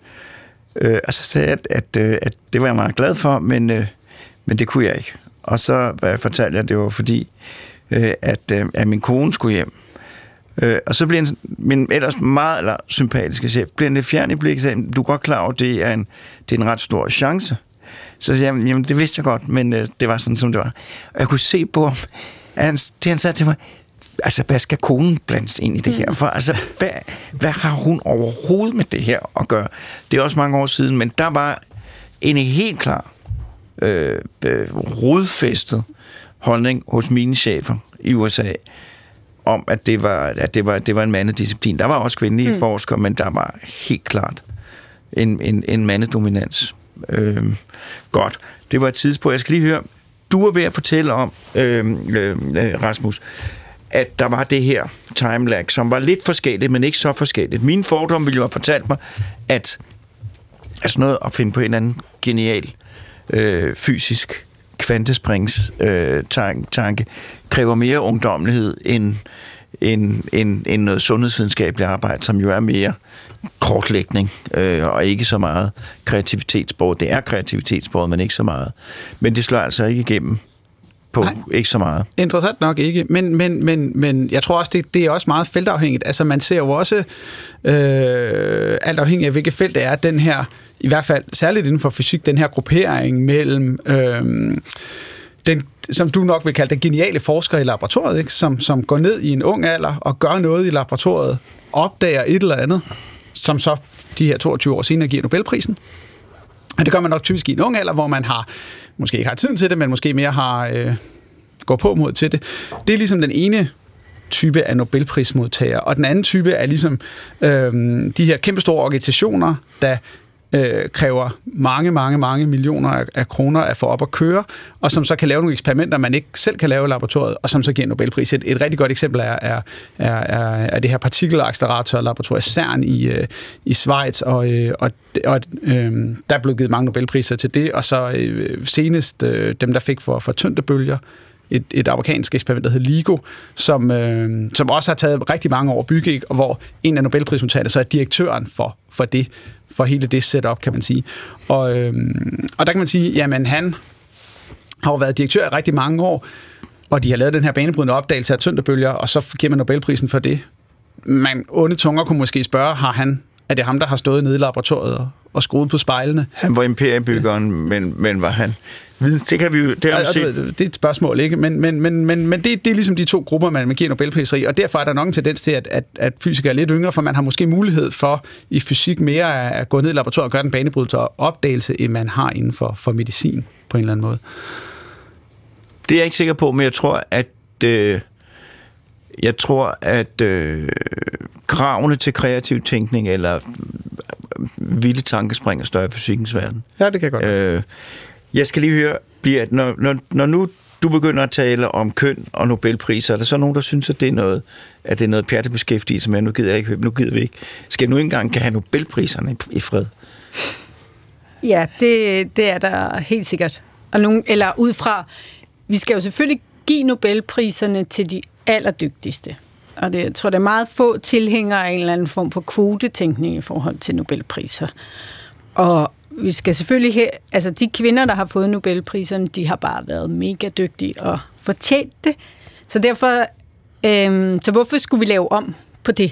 Speaker 2: Øh, og så sagde jeg, at, at, at det var jeg meget glad for, men, øh, men det kunne jeg ikke. Og så fortalte jeg, at det var fordi, øh, at, øh, at min kone skulle hjem. Øh, og så blev en, min ellers meget eller, sympatiske chef, blev en lidt fjern i blikket, sagde, du er godt klar over, at det er en, det er en ret stor chance. Så sagde jeg, jamen det vidste jeg godt, men øh, det var sådan, som det var. Og jeg kunne se på ham, at han, det han sagde til mig, altså, hvad skal konen blandes ind i det her? For altså, hvad, hvad har hun overhovedet med det her at gøre? Det er også mange år siden, men der var en helt klar øh, øh, rodfæstet holdning hos mine chefer i U S A om, at det var, at det var, det var en mandedisciplin. Der var også kvindelige mm. forskere, men der var helt klart en, en, en mandedominans. Øh, godt. Det var et tidspunkt. Jeg skal lige høre, du er ved at fortælle om, øh, øh, Rasmus, at der var det her timelag, som var lidt forskelligt, men ikke så forskelligt. Mine fordomme ville jo have fortalt mig, at altså noget at finde på en anden genial øh, fysisk kvantesprings øh, tanke kræver mere ungdommelighed end, end, end, end noget sundhedsvidenskabeligt arbejde, som jo er mere kortlægning øh, og ikke så meget kreativitetsbordet. Det er kreativitetsbordet, men ikke så meget. Men det slår altså ikke igennem på Nej. Ikke så meget.
Speaker 4: Interessant nok ikke, men, men, men, men jeg tror også, det, det er også meget feltafhængigt. Altså man ser jo også, øh, alt afhængig af hvilket felt det er, den her, i hvert fald særligt inden for fysik, den her gruppering mellem øh, den, som du nok vil kalde den geniale forsker i laboratoriet, ikke? Som, som går ned i en ung alder og gør noget i laboratoriet, opdager et eller andet, som så de her toogtyve år senere giver Nobelprisen. Og det gør man nok typisk i en ung alder, hvor man har måske ikke har tiden til det, men måske mere har øh, gået på mod til det. Det er ligesom den ene type af Nobelprismodtagere, og den anden type er ligesom øh, de her kæmpestore organisationer, der øh, kræver mange, mange, mange millioner af, af kroner at få op at køre, og som så kan lave nogle eksperimenter, man ikke selv kan lave i laboratoriet, og som så giver Nobelpris. Et, et rigtig godt eksempel er, er, er, er det her partikelacceleratorlaboratorium CERN i, øh, i Schweiz, og, øh, og, og øh, der er blevet givet mange Nobelpriser til det, og så øh, senest øh, dem, der fik for, for tyngdebølger, et, et amerikansk eksperiment, der hedder LIGO, som, øh, som også har taget rigtig mange år at bygge, og hvor en af Nobelprismodtagerne så er direktøren for, for det, for hele det setup, kan man sige. Og, øh, og der kan man sige, jamen han har jo været direktør i rigtig mange år, og de har lavet den her banebrydende opdagelse af tyngdebølger, og så giver man Nobelprisen for det. Man onde tunger kunne måske spørge, har han, er det ham, der har stået nede i laboratoriet og, og skruet på spejlene? Han
Speaker 2: var imperiebyggeren, men, men var han... Det kan vi jo, det, har vi set.
Speaker 4: Det er et spørgsmål, ikke? Men, men, men, men, men det, det er ligesom de to grupper, man giver Nobelpriser i, og derfor er der nok en tendens til, at, at, at fysikere er lidt yngre, for man har måske mulighed for i fysik mere at gå ned i laboratoriet og gøre den banebrydelse og opdagelse, end man har inden for, for medicin på en eller anden måde.
Speaker 2: Det er jeg ikke sikker på, men jeg tror, at øh, jeg tror, at øh, kravene til kreativ tænkning eller vilde tankespring er større i fysikkens verden.
Speaker 4: Ja, det kan jeg godt.
Speaker 2: Øh, Jeg skal lige høre, bliver, når, når, når nu du begynder at tale om køn og Nobelpriser, er der så nogen, der synes, at det er noget, at det er noget pjattebeskæftigelse, men nu gider jeg ikke, nu gider vi ikke. Skal jeg nu engang kan have Nobelpriserne i, i fred?
Speaker 3: Ja, det, det er der helt sikkert. Og nogen, eller ud fra, vi skal jo selvfølgelig give Nobelpriserne til de allerdygtigste. Og det, jeg tror, det er meget få tilhængere af en eller anden form for kvotetænkning i forhold til Nobelpriser. Og vi skal selvfølgelig her, altså de kvinder, der har fået Nobelpriserne, de har bare været mega dygtige og fortjent det. Så derfor, øh, så hvorfor skulle vi lave om på det?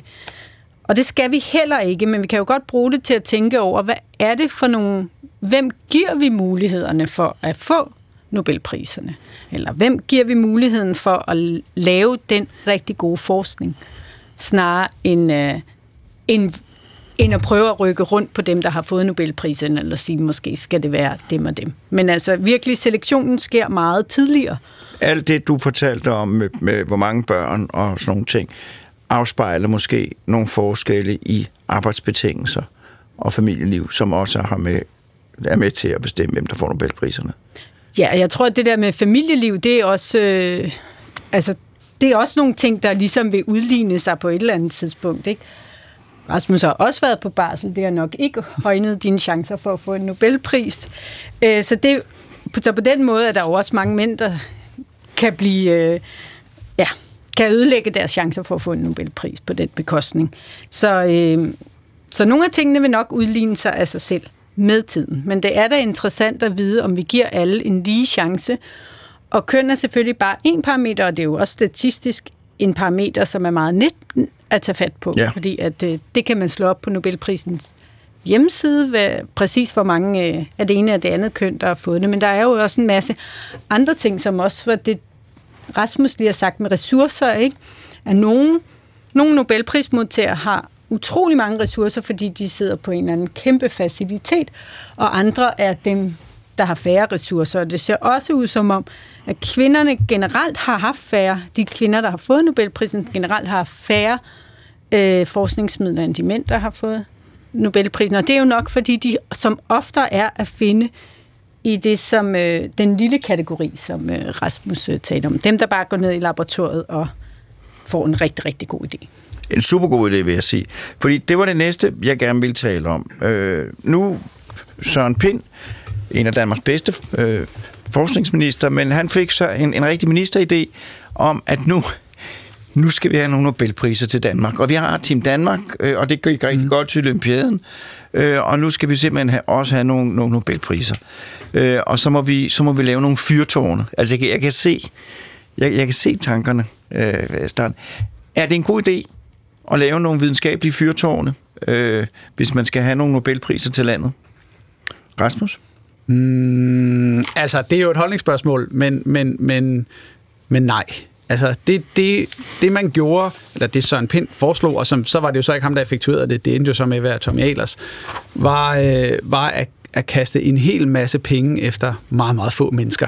Speaker 3: Og det skal vi heller ikke, men vi kan jo godt bruge det til at tænke over, hvad er det for nogle, hvem giver vi mulighederne for at få Nobelpriserne? Eller hvem giver vi muligheden for at lave den rigtig gode forskning, snarere end, øh, end, end at prøve at rykke rundt på dem, der har fået Nobelprisen, eller sige, måske skal det være dem og dem. Men altså virkelig, selektionen sker meget tidligere.
Speaker 2: Alt det, du fortalte om med, med hvor mange børn og sådan nogle ting, afspejler måske nogle forskelle i arbejdsbetingelser og familieliv, som også har med, er med til at bestemme, hvem der får Nobelpriserne. Ja,
Speaker 3: jeg tror, at det der med familieliv, det er også, øh, altså, det er også nogle ting, der ligesom vil udligne sig på et eller andet tidspunkt, ikke? Rasmus har også været på barsel, det har nok ikke højnet dine chancer for at få en Nobelpris. Øh, så, det, så på den måde er der jo også mange mænd, der kan blive, øh, ja, kan ødelægge deres chancer for at få en Nobelpris på den bekostning. Så, øh, så nogle af tingene vil nok udligne sig af sig selv med tiden. Men det er da interessant at vide, om vi giver alle en lige chance. Og køn er selvfølgelig bare en parameter, og det er jo også statistisk en parameter, som er meget net at tage fat på. Ja. Fordi at, øh, det kan man slå op på Nobelprisens hjemmeside, hvad, præcis hvor mange øh, af det ene og det andet køn, der har fået det. Men der er jo også en masse andre ting, som også var det, Rasmus lige har sagt med ressourcer, ikke? At nogle, nogle Nobelprismodtagere har utrolig mange ressourcer, fordi de sidder på en eller anden kæmpe facilitet, og andre er dem, der har færre ressourcer. Og det ser også ud som om, at kvinderne generelt har haft færre, de kvinder, der har fået Nobelprisen, generelt har færre øh, forskningsmidler, end de mænd, der har fået Nobelprisen. Og det er jo nok, fordi de som oftere er at finde i det som øh, den lille kategori, som øh, Rasmus øh, talte om. Dem, der bare går ned i laboratoriet og får en rigtig, rigtig god idé.
Speaker 2: En super god idé, vil jeg sige. Fordi det var det næste, jeg gerne ville tale om. Øh, nu Søren Pind, en af Danmarks bedste øh, forskningsminister, men han fik så en, en rigtig ministeridé om, at nu, nu skal vi have nogle Nobelpriser til Danmark. Og vi har Team Danmark, øh, og det gik rigtig mm. godt til Olympiaden. Øh, og nu skal vi simpelthen have, også have nogle, nogle Nobelpriser. Øh, og så må, vi, så må vi lave nogle fyrtårne. Altså, jeg, jeg kan se, jeg, jeg kan se tankerne øh, starte. Er det en god idé at lave nogle videnskabelige fyrtårne, øh, hvis man skal have nogle Nobelpriser til landet? Rasmus?
Speaker 4: Mm, altså, det er jo et holdningsspørgsmål, men, men, men, men nej. Altså, det, det, det man gjorde, eller det Søren Pind foreslog, og som, så var det jo så ikke ham, der effektuerede det, det endte jo så med at være Tommy Ahlers, var, øh, var at, at kaste en hel masse penge efter meget, meget få mennesker.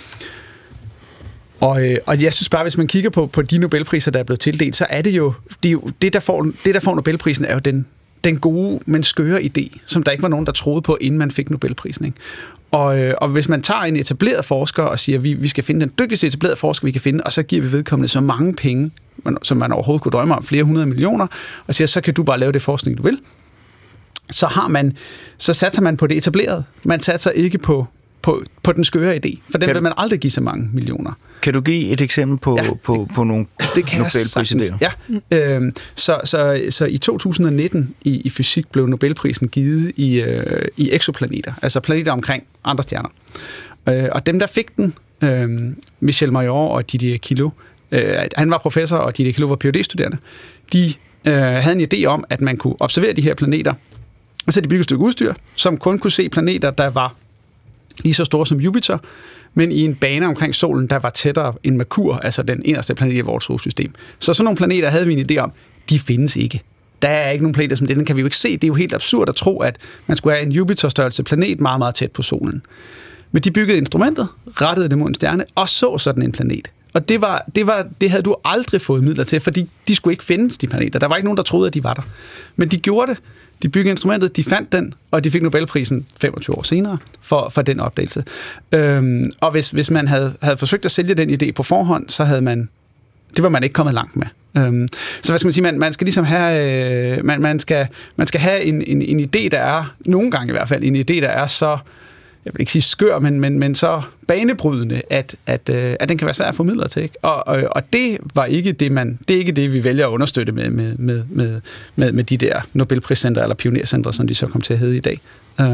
Speaker 4: Og, øh, og jeg synes bare, hvis man kigger på, på de Nobelpriser, der er blevet tildelt, så er det jo, det, er jo, det, der, får, det der får Nobelprisen, er jo den, den gode, men skøre idé, som der ikke var nogen, der troede på, inden man fik Nobelprisen, ikke? Og, øh, og hvis man tager en etableret forsker og siger, at vi, vi skal finde den dygtigste etablerede forsker, vi kan finde, og så giver vi vedkommende så mange penge, man, som man overhovedet kunne drømme om, flere hundrede millioner, og siger, så kan du bare lave det forskning, du vil, så har man, så satser man på det etablerede. Man satser ikke på, på, på den skøre idé, for den vil man aldrig give så mange millioner.
Speaker 2: Kan du give et eksempel på, ja, på, på nogle Nobelpriser?
Speaker 4: Ja, øhm, så, så, så i to tusind nitten i, i fysik blev Nobelprisen givet i, øh, i eksoplaneter, altså planeter omkring andre stjerner. Øh, og dem, der fik den, øh, Michel Mayor og Didier Queloz, øh, han var professor, og Didier Queloz var P H D-studerende, de øh, havde en idé om, at man kunne observere de her planeter, og så de byggede et stykke udstyr, som kun kunne se planeter, der var lige så store som Jupiter, men i en bane omkring solen, der var tættere end Merkur, altså den eneste planet i vores solsystem. Så sådan nogle planeter havde vi en idé om, de findes ikke. Der er ikke nogen planeter som den, den kan vi jo ikke se. Det er jo helt absurd at tro, at man skulle have en Jupiter-størrelse planet meget, meget tæt på solen. Men de byggede instrumentet, rettede det mod en stjerne, og så sådan en planet. Og det, var, det, var, det havde du aldrig fået midler til, fordi de skulle ikke findes, de planeter. Der var ikke nogen, der troede, at de var der. Men de gjorde det. De byggede instrumentet, de fandt den, og de fik Nobelprisen femogtyve år senere for, for den opdagelse. Øhm, og hvis, hvis man havde, havde forsøgt at sælge den idé på forhånd, så havde man, det var man ikke kommet langt med. Øhm, så hvad skal man sige, man, man skal ligesom have, øh, man, man, skal, man skal have en, en, en idé, der er, nogle gange i hvert fald, en idé, der er så, jeg vil ikke sige skør, men, men, men så banebrydende, at, at, øh, at den kan være svær at få midler til. Ikke? Og, og, og det var ikke det, man, det er ikke det, vi vælger at understøtte med, med, med, med, med, med de der Nobelpriscentre eller pionercentre, som de så kom til at hedde i dag. Um,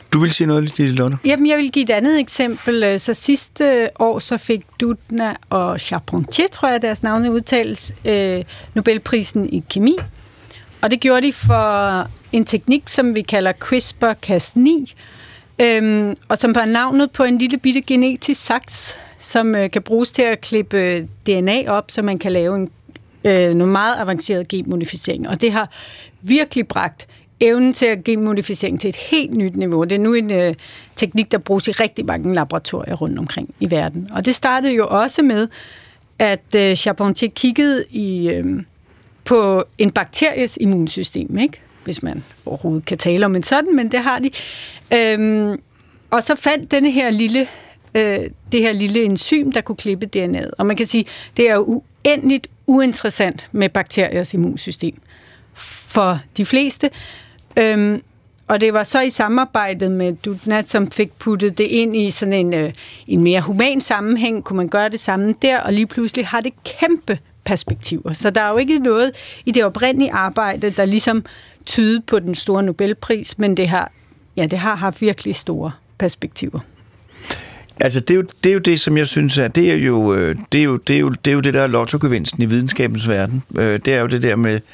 Speaker 2: Du vil sige noget, Liselotte?
Speaker 3: Jamen, jeg vil give et andet eksempel. Så sidste år så fik Doudna og Charpentier, tror jeg, deres navne udtales, øh, Nobelprisen i kemi. Og det gjorde de for en teknik, som vi kalder CRISPR Cas ni, øhm, og som var navnet på en lille bitte genetisk saks, som øh, kan bruges til at klippe D N A op, så man kan lave en øh, nogle meget avanceret genmodificering. Og det har virkelig bragt evnen til at genmodificering til et helt nyt niveau. Det er nu en øh, teknik, der bruges i rigtig mange laboratorier rundt omkring i verden. Og det startede jo også med, at øh, Charpentier kiggede i, øh, på en bakteries immunsystem, ikke? Hvis man overhovedet kan tale om en sådan, men det har de. Øhm, og så fandt denne her lille, øh, det her lille enzym, der kunne klippe D N A'et. Og man kan sige, det er jo uendeligt uinteressant med bakteriers immunsystem for de fleste. Øhm, og det var så i samarbejdet med Doudna, som fik puttet det ind i sådan en, øh, en mere human sammenhæng. Kunne man gøre det samme der, og lige pludselig har det kæmpe perspektiver. Så der er jo ikke noget i det oprindelige arbejde, der ligesom tyder på den store Nobelpris, men det har, ja, det har haft virkelig store perspektiver.
Speaker 2: Altså, det er, jo, det er jo det, som jeg synes er, det er jo det, er jo, det, er jo, det, er jo det der er lottogevinsten i videnskabens verden. Det er jo det der med,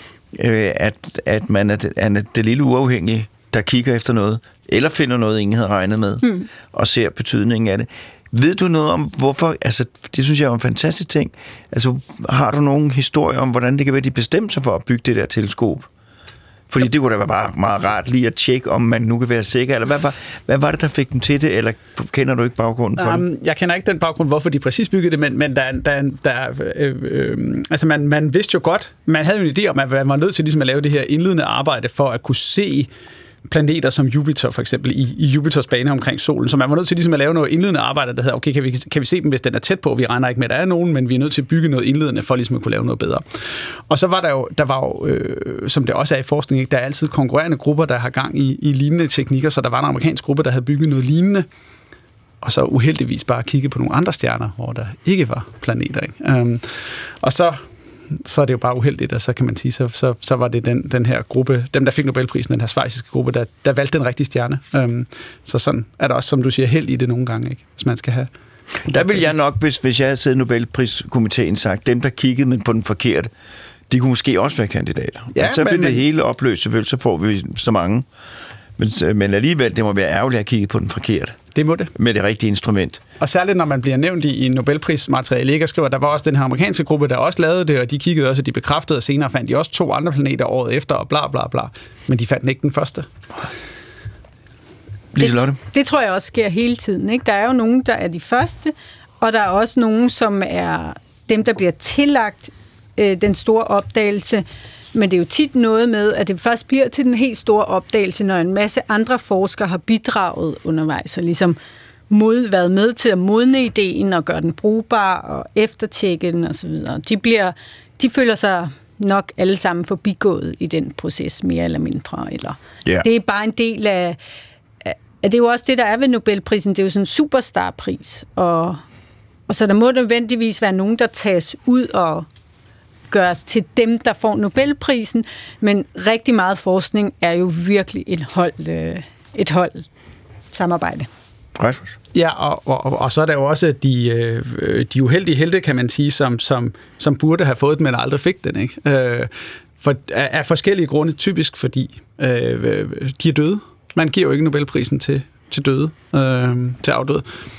Speaker 2: at, at man er det, er det lille uafhængige, der kigger efter noget, eller finder noget, ingen havde regnet med, hmm. og ser betydningen af det. Ved du noget om, hvorfor, altså, det synes jeg er en fantastisk ting. Altså, har du nogen historie om, hvordan det kan være, de bestemte sig for at bygge det der teleskop? Fordi det kunne da være bare meget rart lige at tjekke, om man nu kan være sikker, eller hvad var, hvad var det, der fik dem til det, eller kender du ikke baggrunden for um, det?
Speaker 4: Jeg kender ikke den baggrund, hvorfor de præcis byggede det, men, men der, der, der, øh, øh, altså man, man vidste jo godt, man havde jo en idé om, at man var nødt til ligesom at lave det her indledende arbejde, for at kunne se planeter som Jupiter for eksempel i, i Jupiters bane omkring solen. Så man var nødt til ligesom at lave noget indledende arbejde, der hedder, okay, kan vi, kan vi se dem, hvis den er tæt på? Vi regner ikke med, at der er nogen, men vi er nødt til at bygge noget indledende, for ligesom at kunne lave noget bedre. Og så var der jo, der var jo øh, som det også er i forskning, ikke, der er altid konkurrerende grupper, der har gang i, i lignende teknikker, så der var en amerikansk gruppe, der havde bygget noget lignende, og så uheldigvis bare kigge på nogle andre stjerner, hvor der ikke var planeter. Ikke? Um, og så så er det jo bare uheldigt, og så kan man sige, så, så, så var det den, den her gruppe, dem der fik Nobelprisen, den her schweiziske gruppe, der, der valgte den rigtige stjerne. Um, så sådan er der også, som du siger, held i det nogle gange, ikke? Hvis man skal have...
Speaker 2: Der vil jeg nok, hvis, hvis jeg havde siddet i Nobelpriskomiteen, sagt, dem der kiggede men på den forkerte, de kunne måske også være kandidater. Ja, så bliver det hele opløst, selvfølgelig, så får vi så mange. Men, men alligevel, det må være ærgerligt at kigge på den forkerte.
Speaker 4: Det må det.
Speaker 2: Med det rigtige instrument.
Speaker 4: Og særligt, når man bliver nævnt i en Nobelprismateriale, ikke, og skriver, der var også den her amerikanske gruppe, der også lavede det, og de kiggede også, og de bekræftede, og senere fandt de også to andre planeter året efter, og bla bla bla. Men de fandt ikke den første.
Speaker 2: Liselotte?
Speaker 3: Det, det tror jeg også sker hele tiden. Ikke? Der er jo nogen, der er de første, og der er også nogen, som er dem, der bliver tillagt øh, den store opdagelse. Men det er jo tit noget med, at det først bliver til den helt store opdagelse, når en masse andre forskere har bidraget undervejs, og ligesom mod, været med til at modne ideen og gøre den brugbar og eftertjekke den osv. De, bliver, de føler sig nok alle sammen forbigået i den proces, mere eller mindre. Eller. Yeah. Det er bare en del af, af... Det er jo også det, der er ved Nobelprisen. Det er jo sådan en superstarpris. Og, og så der må nødvendigvis være nogen, der tages ud og gøres til dem, der får Nobelprisen, men rigtig meget forskning er jo virkelig et hold, øh, et hold samarbejde.
Speaker 2: Rasmus?
Speaker 4: Ja, og, og, og så er der jo også de, øh, de uheldige helte, kan man sige, som, som, som burde have fået den, men aldrig fik den, ikke? Øh, for, af, af forskellige grunde, typisk fordi øh, de er døde. Man giver jo ikke Nobelprisen til, til døde, øh, til afdøde.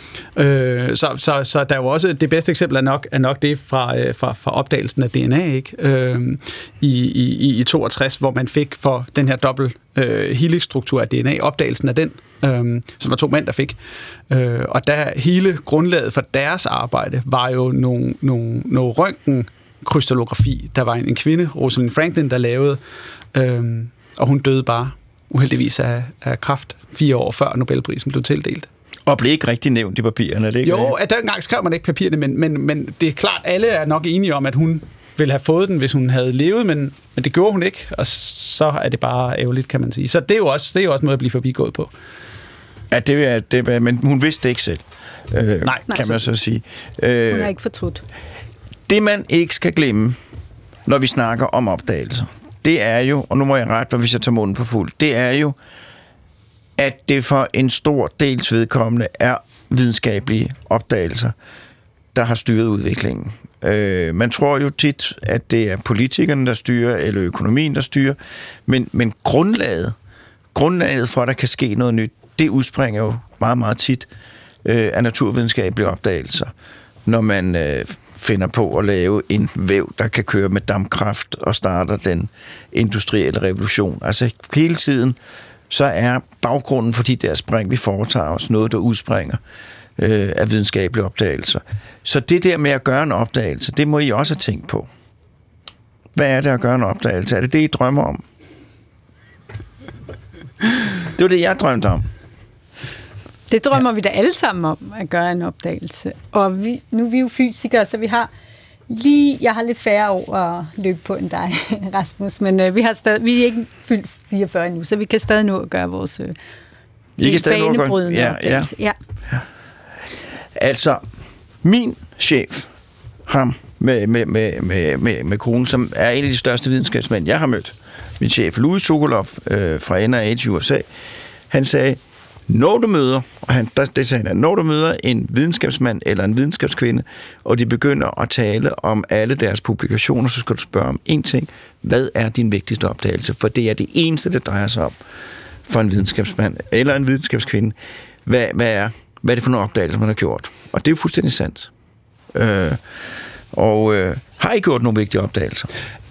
Speaker 4: Øh, så, så, så der er jo også, det bedste eksempel er nok, er nok det fra, øh, fra, fra opdagelsen af D N A, ikke? Øh, i, i, i toogtres, hvor man fik for den her dobbelt øh, helix-struktur af D N A, opdagelsen af den, øh, som var to mænd, der fik. Øh, og der hele grundlaget for deres arbejde var jo nogle, nogle, nogle røntgenkrystallografi. Der var en, en kvinde, Rosalind Franklin, der lavede, øh, og hun døde bare uheldigvis af, af kræft fire år før Nobelprisen blev tildelt.
Speaker 2: Og blev ikke rigtig nævnt i papirerne, er det ikke?
Speaker 4: Jo, at dengang skrev man ikke papirerne, men, men, men det er klart, alle er nok enige om, at hun ville have fået den, hvis hun havde levet, men, men det gjorde hun ikke, og så er det bare ærgerligt, kan man sige. Så det er jo også, det er jo også noget at blive forbigået på.
Speaker 2: Ja, det er, det er, men hun vidste det ikke selv, øh,
Speaker 4: Nej,
Speaker 2: kan man så sige.
Speaker 3: Øh, hun er ikke fortrudt.
Speaker 2: Det, man ikke skal glemme, når vi snakker om opdagelser, det er jo, og nu må jeg rette mig, hvis jeg tager munden for fuld, det er jo, at det for en stor dels vedkommende er videnskabelige opdagelser, der har styret udviklingen. Øh, man tror jo tit, at det er politikerne, der styrer, eller økonomien, der styrer, men, men grundlaget, grundlaget for, at der kan ske noget nyt, det udspringer jo meget, meget tit øh, af naturvidenskabelige opdagelser, når man øh, finder på at lave en væv, der kan køre med dampkraft og starter den industrielle revolution. Altså hele tiden, så er baggrunden for de der spring, vi foretager os, noget, der udspringer øh, af videnskabelige opdagelser. Så det der med at gøre en opdagelse, det må I også have tænkt på. Hvad er det at gøre en opdagelse? Er det det, I drømmer om? Det var det, jeg drømte om.
Speaker 3: Det drømmer ja. vi da alle sammen om, at gøre en opdagelse. Og vi, nu er vi jo fysikere, så vi har lige... Jeg har lidt færre år at løbe på end dig, Rasmus, men øh, vi, har stadig, vi er ikke fyldt fireogfyrre endnu, så vi kan stadig nå at gøre vores øh,
Speaker 2: I kan stadig
Speaker 3: banebrydende
Speaker 2: ja,
Speaker 3: opdagelse. Ja.
Speaker 2: Ja. Altså, min chef, ham med, med, med, med, med, med konen, som er en af de største videnskabsmænd, jeg har mødt, min chef Louis Sokolov øh, fra N I H i U S A, han sagde, når du møder, og han, det sagde han, når du møder en videnskabsmand eller en videnskabskvinde, og de begynder at tale om alle deres publikationer, så skal du spørge om en ting. Hvad er din vigtigste opdagelse? For det er det eneste, det drejer sig om for en videnskabsmand eller en videnskabskvinde. Hvad, hvad, er, hvad er det for nogle opdagelser, man har gjort? Og det er jo fuldstændig sandt. Øh, og øh, har I gjort nogle vigtige opdagelser?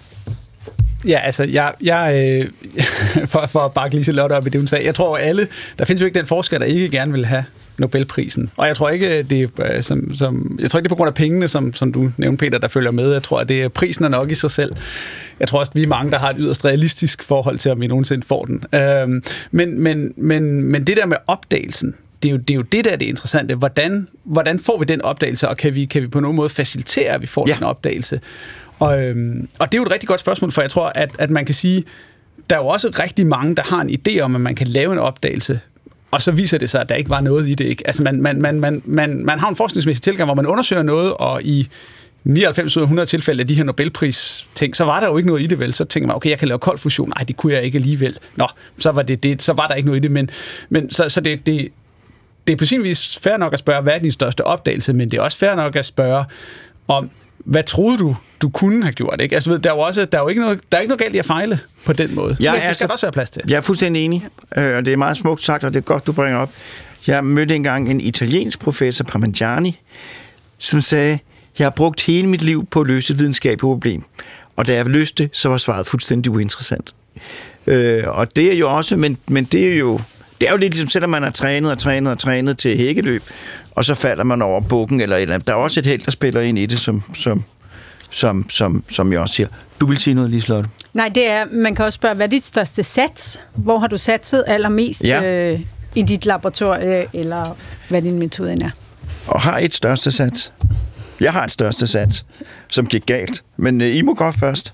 Speaker 4: Ja, altså, jeg, jeg øh, for, for at bakke lige så lot op i det, hun sagde, jeg tror alle, der findes jo ikke den forsker, der ikke gerne vil have Nobelprisen. Og jeg tror ikke, det er, som, som, jeg tror ikke, det er på grund af pengene, som, som du nævnte, Peter, der følger med. Jeg tror, at det er, prisen er nok i sig selv. Jeg tror også, at vi er mange, der har et yderst realistisk forhold til, om vi nogensinde får den. Øhm, men, men, men, men det der med opdagelsen, det er jo det, er jo det der er det interessante. Hvordan, hvordan får vi den opdagelse, og kan vi, kan vi på nogen måde facilitere, at vi får ja. den opdagelse? Og, øhm, og det er jo et rigtig godt spørgsmål, for jeg tror, at, at man kan sige, der er jo også rigtig mange, der har en idé om, at man kan lave en opdagelse, og så viser det sig, at der ikke var noget i det. Ikke? Altså man, man, man, man, man, man har en forskningsmæssig tilgang, hvor man undersøger noget, og i nioghalvfems ud af hundrede tilfælde af de her Nobelpris-ting, så var der jo ikke noget i det vel. Så tænker man, okay, jeg kan lave kold fusion. Nej, det kunne jeg ikke alligevel. Nå, så var, det, det, så var der ikke noget i det. Men, men så, så det, det, det er på sin vis fair nok at spørge, hvad er din største opdagelse, men det er også fair nok at spørge om, hvad troede du, du kunne have gjort? Ikke? Altså, der er jo også, der er jo ikke noget, der er ikke noget galt i at fejle på den måde.
Speaker 2: Jeg
Speaker 4: det skal
Speaker 2: altså,
Speaker 4: også være plads til.
Speaker 2: Jeg er fuldstændig enig, og det er meget smukt sagt, og det er godt, du bringer op. Jeg mødte engang en italiensk professor, Parmigiani, som sagde, jeg har brugt hele mit liv på at løse et videnskabeligt problem, og da jeg løste det, så var svaret fuldstændig uinteressant. Øh, og det er jo også, men, men det er jo, det er jo lidt ligesom, selvom man har trænet og trænet og trænet til hækkeløb, og så falder man over bukken eller et eller andet. Der er også et held, der spiller ind i det, som, som, som, som, som jeg også siger. Du vil sige noget, Liselotte?
Speaker 3: Nej, det er, man kan også spørge, hvad er dit største sats? Hvor har du satset allermest ja. øh, i dit laboratorie, eller hvad din metode er?
Speaker 2: Og har et største sats? Jeg har et største sats, som gik galt. Men øh, I må godt først.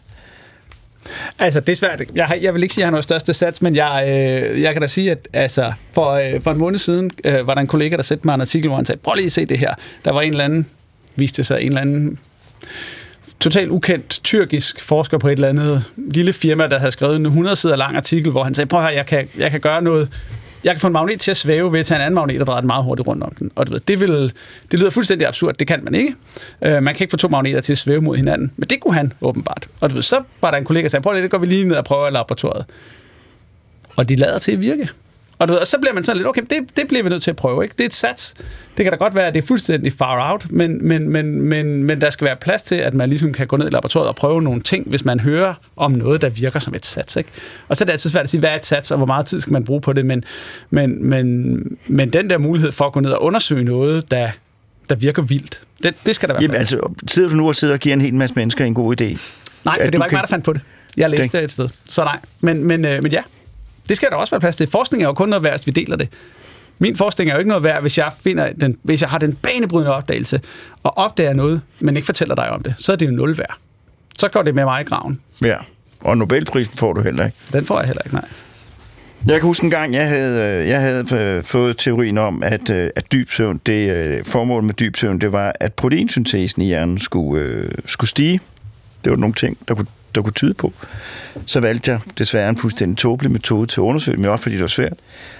Speaker 4: Altså, det er svært. Jeg, har, jeg vil ikke sige, at jeg har noget største sats, men jeg, øh, jeg kan da sige, at altså, for, øh, for en måned siden øh, var der en kollega, der sendte mig en artikel, hvor han sagde, prøv lige at se det her. Der var en eller anden, viste sig en eller anden totalt ukendt tyrkisk forsker på et eller andet lille firma, der havde skrevet en hundrede sider lang artikel, hvor han sagde, prøv her, jeg kan, jeg kan gøre noget. Jeg kan få en magnet til at svæve ved at tage en anden magnet og dreje den meget hurtigt rundt om den. Og du ved, det, vil, det lyder fuldstændig absurd. Det kan man ikke. Uh, man kan ikke få to magneter til at svæve mod hinanden. Men det kunne han åbenbart. Og du ved, så var der en kollega, der sagde, prøv lige, det går vi lige ned og prøver i laboratoriet. Og de lader til at virke. Og, du ved, og så bliver man sådan lidt, okay, det, det bliver vi nødt til at prøve. Ikke? Det er et sats. Det kan da godt være, at det er fuldstændig far out, men, men, men, men, men der skal være plads til, at man ligesom kan gå ned i laboratoriet og prøve nogle ting, hvis man hører om noget, der virker som et sats. Ikke? Og så er det altid svært at sige, hvad er et sats, og hvor meget tid skal man bruge på det, men, men, men, men den der mulighed for at gå ned og undersøge noget, der, der virker vildt, det, det skal der være
Speaker 2: Jamen,
Speaker 4: plads til.
Speaker 2: Altså, sidder du nu og sidder og giver en hel masse mennesker en god idé?
Speaker 4: Nej, for det var ikke mig, der fandt på det. Jeg læste det et sted, så nej. Men, men, øh, men ja, det skal der også være plads til. Forskning er jo kun noget værd, hvis vi deler det. Min forskning er jo ikke noget værd, hvis jeg, finder den, hvis jeg har den banebrydende opdagelse og opdager noget, men ikke fortæller dig om det. Så er det jo nul værd. Så går det med mig i graven.
Speaker 2: Ja, og Nobelprisen får du heller ikke.
Speaker 4: Den får jeg heller ikke, nej.
Speaker 2: Jeg kan huske en gang, jeg havde, jeg havde fået teorien om, at, at dyb søvn, det, formålet med dyb søvn, det var, at proteinsyntesen i hjernen skulle, skulle stige. Det var nogle ting, der kunne, der kunne tyde på. Så valgte jeg desværre en fuldstændig tåbelig metode til at undersøge, men også fordi det var svært.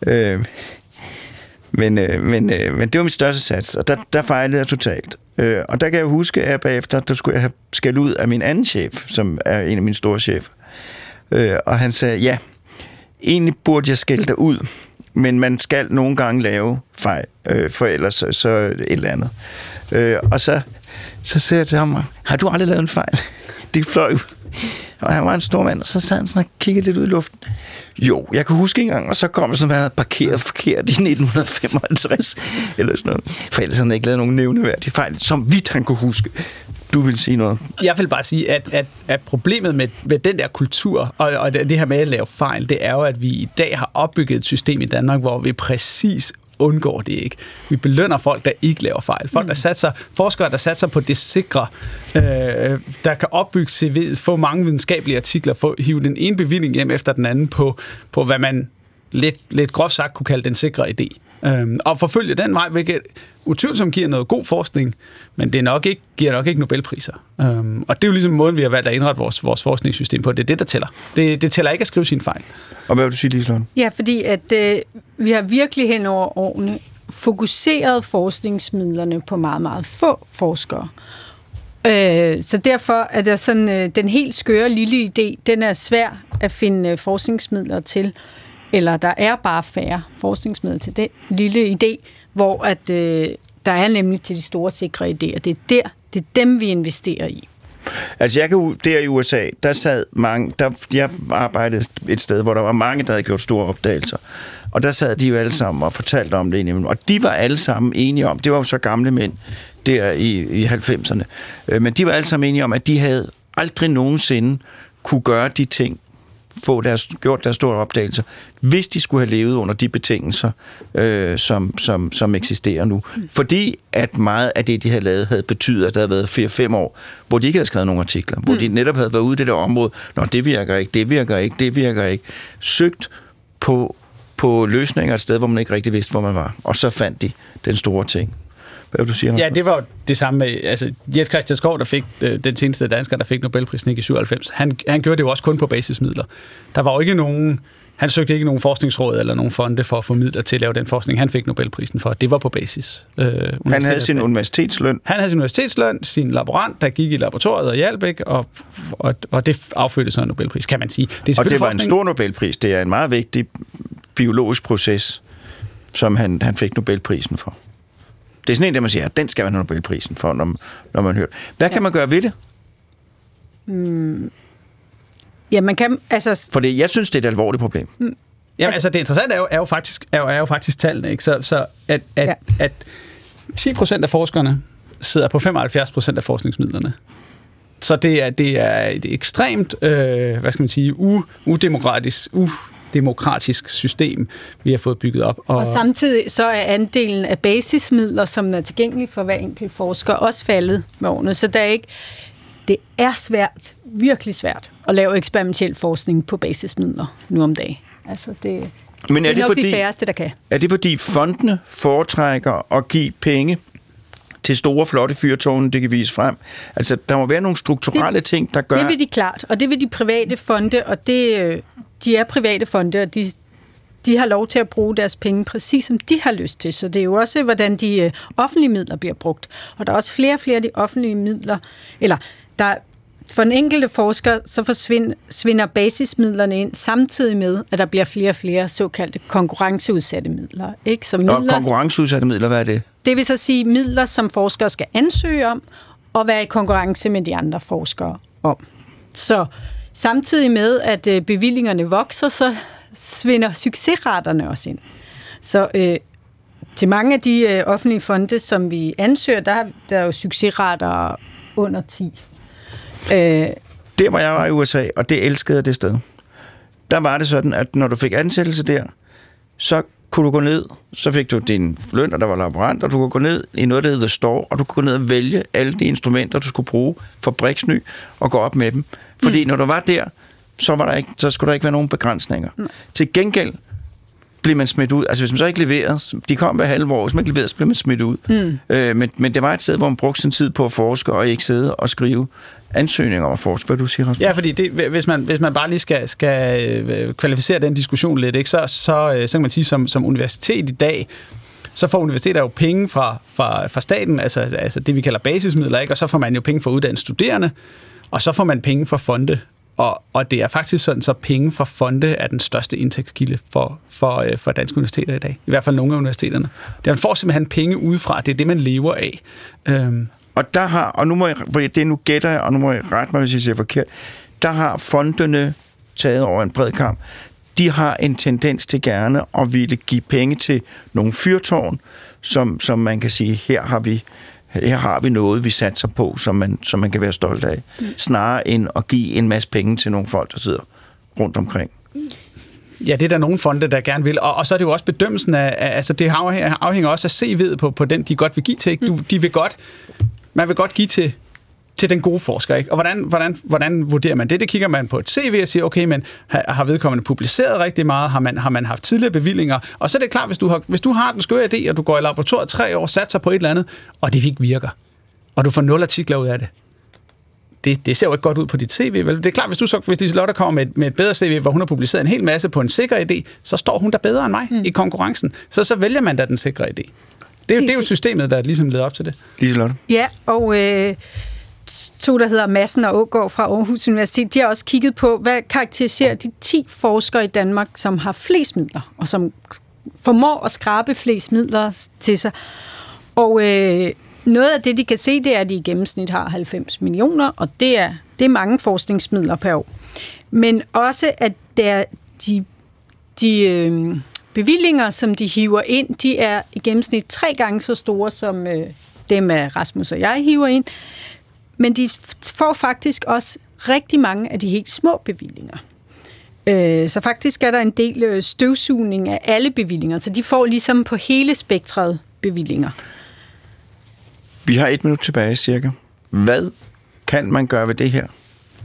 Speaker 2: Øh, men, øh, men, øh, men det var mit største sats, og der, der fejlede jeg totalt. Øh, og der kan jeg huske, at bagefter, der skulle jeg have skældt ud af min anden chef, som er en af mine store chefer. Øh, og han sagde, ja, egentlig burde jeg skælde dig ud, men man skal nogle gange lave fejl, øh, for ellers så, så et eller andet. Øh, og så, så sagde jeg til ham, har du aldrig lavet en fejl? Det fløj ud. Og han var en stor mand, og så sad han sådan og kiggede lidt ud i luften. Jo, jeg kan huske en gang, og så kom jeg sådan, at jeg havde parkeret forkert i nitten femoghalvtreds, eller sådan noget. For ellers havde han ikke lavet nogen nævneværdige fejl, som vidt han kunne huske. Du vil sige noget?
Speaker 4: Jeg vil bare sige, at, at, at problemet med, med den der kultur, og, og det her med at lave fejl, det er jo, at vi i dag har opbygget et system i Danmark, hvor vi præcis undgår det ikke. Vi belønner folk, der ikke laver fejl. Folk, der satser, forskere, der satser på det sikre, øh, der kan opbygge C V'et, få mange videnskabelige artikler, få, hive den ene bevilling hjem efter den anden på, på hvad man lidt, lidt groft sagt kunne kalde den sikre idé. Øh, og forfølge den vej, hvilket utvivlsomt giver noget god forskning, men det nok ikke, giver nok ikke Nobelpriser. Um, og det er jo ligesom måden, vi har valgt at indrette vores, vores forskningssystem på. Det er det, der tæller. Det, det tæller ikke at skrive sine fejl.
Speaker 2: Og hvad vil du sige, Liselund?
Speaker 3: Ja, fordi at øh, vi har virkelig hen over årene fokuseret forskningsmidlerne på meget, meget få forskere. Øh, så derfor er der sådan, øh, den helt skøre lille idé, den er svær at finde øh, forskningsmidler til, eller der er bare færre forskningsmidler til den lille idé, hvor at, øh, der er nemlig til de store sikre idéer. Det er der, det er dem, vi investerer i.
Speaker 2: Altså, jeg kan der i U S A, der sad mange, der, jeg arbejdede et sted, hvor der var mange, der havde gjort store opdagelser. Og der sad de jo alle sammen og fortalte om det. Og de var alle sammen enige om, det var jo så gamle mænd der i, i halvfemserne, men de var alle sammen enige om, at de havde aldrig nogensinde kunne gøre de ting, få deres, gjort deres store opdagelser, hvis de skulle have levet under de betingelser, øh, som, som, som eksisterer nu. Fordi at meget af det, de havde lavet, havde betydet, at der havde været fire fem år, hvor de ikke havde skrevet nogle artikler, hvor de netop havde været ude i det der område, nå, det virker ikke, det virker ikke, det virker ikke, søgt på, på løsninger et sted, hvor man ikke rigtig vidste, hvor man var. Og så fandt de den store ting. Hvad vil du sige?
Speaker 4: Ja, det var jo det samme med, altså Jens Christian Skov, der fik øh, den seneste dansker, der fik Nobelprisen i syvoghalvfems. Han, han gjorde det jo også kun på basismidler. Der var jo ikke nogen, han søgte ikke nogen forskningsråd eller nogen fonde for at få midler til at lave den forskning, han fik Nobelprisen for. Det var på basis. Øh,
Speaker 2: han havde sin universitetsløn.
Speaker 4: Han havde sin universitetsløn, sin laborant, der gik i laboratoriet og hjalp, ikke? Og, og, og det affødte så en Nobelpris, kan man sige. Det
Speaker 2: og det var forskning. En stor Nobelpris. Det er en meget vigtig biologisk proces, som han, han fik Nobelprisen for. Det er sådan en, der man siger, at den skal man have Nobelprisen for, når, når man hører. Hvad kan ja. man gøre ved det?
Speaker 3: Mm. Ja, man kan, altså...
Speaker 2: Fordi jeg synes, det er et alvorligt problem. Mm.
Speaker 4: Jamen, altså det interessante er jo, er jo, faktisk, er jo, er jo faktisk tallene, ikke? Så, så at, at, ja. at ti procent af forskerne sidder på femoghalvfjerds procent af forskningsmidlerne. Så det er, det er et ekstremt, øh, hvad skal man sige, u, udemokratisk, u, demokratisk system, vi har fået bygget op.
Speaker 3: Og, og samtidig så er andelen af basismidler, som er tilgængelige for hver enkelt forsker, også faldet med årene. Så der er ikke, det er svært, virkelig svært, at lave eksperimentel forskning på basismidler nu om dagen. Altså det,
Speaker 2: Men er
Speaker 3: det er
Speaker 2: det
Speaker 3: nok
Speaker 2: fordi,
Speaker 3: de færreste, der kan.
Speaker 2: Er det fordi fondene foretrækker at give penge til store, flotte fyrtårne, det kan vise frem? Altså, der må være nogle strukturelle det, ting, der gør...
Speaker 3: Det vil de klart, og det vil de private fonde, og det... De er private fonde, og de, de har lov til at bruge deres penge præcis som de har lyst til. Så det er jo også, hvordan de øh, offentlige midler bliver brugt. Og der er også flere og flere af de offentlige midler, eller der, for den enkelte forsker, så forsvinder basismidlerne ind, samtidig med, at der bliver flere og flere såkaldte konkurrenceudsatte midler. Ikke? Så midler,
Speaker 2: og konkurrenceudsatte midler, hvad er det?
Speaker 3: Det vil så sige midler, som forskere skal ansøge om, og være i konkurrence med de andre forskere om. Så samtidig med, at øh, bevillingerne vokser, så svinder succesraterne også ind. Så øh, til mange af de øh, offentlige fonde, som vi ansøger, der, der er jo succesrater under ti. Øh,
Speaker 2: der, hvor jeg var i U S A, og det elskede jeg det sted, der var det sådan, at når du fik ansættelse der, så kunne du gå ned, så fik du din løn, og der var laborant, og du kunne gå ned i noget, der hedder Store, og du kunne gå ned og vælge alle de instrumenter, du skulle bruge for Briksny, og gå op med dem. Fordi mm. når du var der, så, var der ikke, så skulle der ikke være nogen begrænsninger. Mm. Til gengæld bliver man smidt ud. Altså hvis man så ikke leverer, de kom hver halve år, hvis man ikke leverer, så bliver man smidt ud. Mm. Øh, men, men det var et sted, hvor man brugte sin tid på at forske, og ikke sidde og skrive ansøgninger om at forske. Hvad du siger, Rasmus?
Speaker 4: Ja, fordi det, hvis, man, hvis man bare lige skal, skal kvalificere den diskussion lidt, ikke, så, så, så kan man sige, som, som universitet i dag, så får universiteter jo penge fra, fra, fra staten, altså, altså det, vi kalder basismidler, ikke? Og så får man jo penge fra uddannede studerende, og så får man penge fra fonde. Og, og det er faktisk sådan, så penge fra fonde er den største indtægtskilde for, for, for danske universiteter i dag. I hvert fald nogle af universiteterne. Det er, man får simpelthen penge udefra, det er det, man lever af. Øhm.
Speaker 2: Og der har, og nu må jeg, fordi det nu gætter jeg, og nu må jeg rette mig, hvis jeg siger forkert, der har fondene taget over en bred kamp. De har en tendens til gerne at ville give penge til nogle fyrtårn, som, som man kan sige, her har vi her har vi noget, vi satser på, som man, som man kan være stolt af. Mm. Snarere end at give en masse penge til nogle folk, der sidder rundt omkring.
Speaker 4: Ja, det er der nogle fonde, der gerne vil. Og, og så er det jo også bedømmelsen af, altså det afhænger også af C V'et på, på den, de godt vil give til. Du, de vil godt, man vil godt give til, til den gode forsker, ikke? Og hvordan, hvordan, hvordan vurderer man det? Det kigger man på et C V og siger, okay, men har, har vedkommende publiceret rigtig meget? Har man, har man haft tidligere bevillinger? Og så er det klart, hvis du har, hvis du har den skøre idé, og du går i laboratoriet tre år, satser på et eller andet, og det ikke virker, og du får nul artikler ud af det, det, det ser jo ikke godt ud på dit C V, vel? Det er klart, hvis du så, hvis Liselotte kommer med, med et bedre C V, hvor hun har publiceret en hel masse på en sikker idé, så står hun der bedre end mig mm. i konkurrencen. Så så vælger man da den sikre idé. Det er, det er jo systemet, der ligesom leder op til det.
Speaker 2: Liselotte?
Speaker 3: Ja, og øh, to, der hedder Madsen og Aagaard fra Aarhus Universitet, de har også kigget på, hvad karakteriserer de ti forskere i Danmark, som har flest midler, og som formår at skrabe flest midler til sig. Og øh, noget af det, de kan se, det er, at de i gennemsnit har halvfems millioner, og det er, det er mange forskningsmidler per år. Men også, at der, de, de øh, bevillinger, som de hiver ind, de er i gennemsnit tre gange så store, som øh, dem af Rasmus og jeg hiver ind. Men de får faktisk også rigtig mange af de helt små bevillinger. Øh, så faktisk er der en del støvsugning af alle bevillinger, så de får ligesom på hele spektret bevillinger.
Speaker 2: Vi har et minut tilbage, cirka. Hvad kan man gøre ved det her?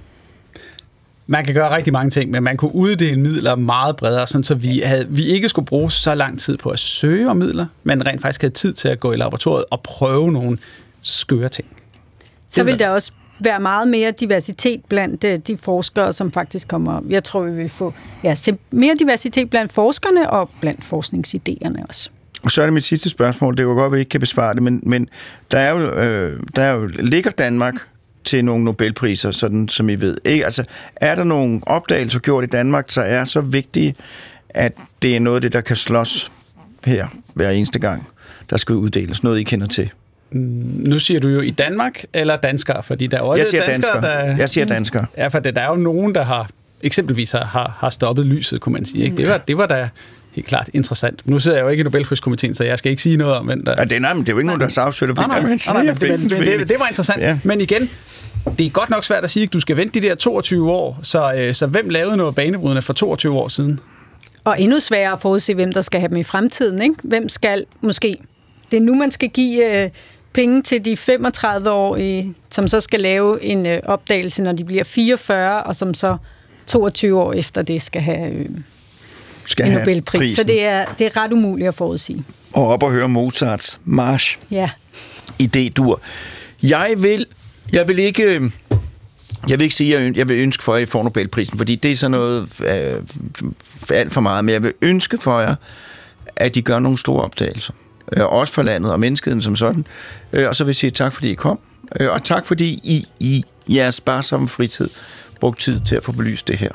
Speaker 4: Man kan gøre rigtig mange ting, men man kunne uddele midler meget bredere, sådan så vi, havde, vi ikke skulle bruge så lang tid på at søge om midler, men rent faktisk havde tid til at gå i laboratoriet og prøve nogle skøre ting.
Speaker 3: Så vil der også være meget mere diversitet blandt de forskere, som faktisk kommer. Jeg tror, vi vil få ja, mere diversitet blandt forskerne og blandt forskningsidéerne også.
Speaker 2: Og så er det mit sidste spørgsmål. Det er jo godt, at vi ikke kan besvare det, men, men der er jo, øh, der er jo, ligger Danmark til nogle Nobelpriser, sådan som I ved. Ikke? Altså, er der nogle opdagelser gjort i Danmark, så er så vigtige, at det er noget af det, der kan slås her hver eneste gang, der skal uddeles. Noget, I kender til.
Speaker 4: Nu siger du jo i Danmark eller danskere, fordi der er også
Speaker 2: jeg siger
Speaker 4: danskere,
Speaker 2: danskere.
Speaker 4: der...
Speaker 2: Jeg siger danskere.
Speaker 4: Ja, for der er jo nogen, der har eksempelvis har, har stoppet lyset, kunne man sige. Ikke? Det var, det var da helt klart interessant. Nu sidder jeg jo ikke i Nobelpriskomiteen, så jeg skal ikke sige noget om, hvem der...
Speaker 2: Ja, det er, nej, men det er jo ikke nogen, der sagsøger det.
Speaker 4: Nej, nej, nej, nej, nej, det, men, det, det var interessant. Ja. Men igen, det er godt nok svært at sige, at du skal vente de der toogtyve år, så, øh, så hvem lavede noget banebrydende for toogtyve år siden?
Speaker 3: Og endnu sværere at forudse, hvem der skal have dem i fremtiden. Ikke? Hvem skal måske... Det er nu, man skal give... Øh, penge til de femogtredive-årige, som så skal lave en øh, opdagelse, når de bliver fireogfyrre, og som så toogtyve år efter det skal have øh,
Speaker 2: skal
Speaker 3: en
Speaker 2: have
Speaker 3: Nobelpris.
Speaker 2: prisen.
Speaker 3: Så det er, det er ret umuligt at forudsige.
Speaker 2: Og op og høre Mozarts march
Speaker 3: ja.
Speaker 2: i D-dur. Jeg vil, jeg vil ikke... Jeg vil ikke sige, at jeg vil ønske for jer, at I får Nobelprisen, fordi det er sådan noget øh, alt for meget, men jeg vil ønske for jer, at de gør nogle store opdagelser. Også for landet og menneskeheden som sådan. Og så vil jeg sige tak, fordi I kom. Og tak, fordi I i jeres sparsomme fritid brugte tid til at få belyst det her.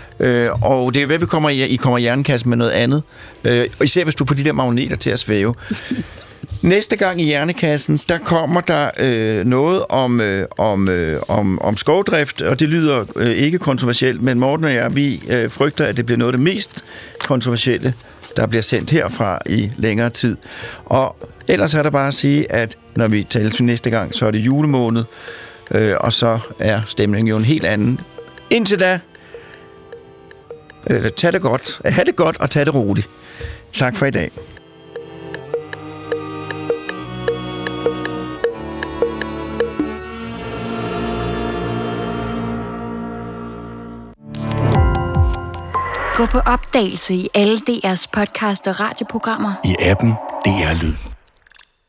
Speaker 2: Og det er ved, vi kommer i, I kommer i hjernekassen med noget andet. Og især hvis du får de der magneter til at svæve. Næste gang i Hjernekassen, der kommer der øh, noget om, øh, om, øh, om, om skovdrift, og det lyder øh, ikke kontroversielt, men Morten og jeg, vi øh, frygter, at det bliver noget af det mest kontroversielle, der bliver sendt herfra i længere tid. Og ellers er der bare at sige, at når vi tales næste gang, så er det julemåned, øh, og så er stemningen jo en helt anden. Indtil da, øh, tag det godt, have det godt og tag det roligt. Tak for i dag.
Speaker 5: Gå på opdagelse i alle D R's podcast og radioprogrammer.
Speaker 6: I appen D R Lyd.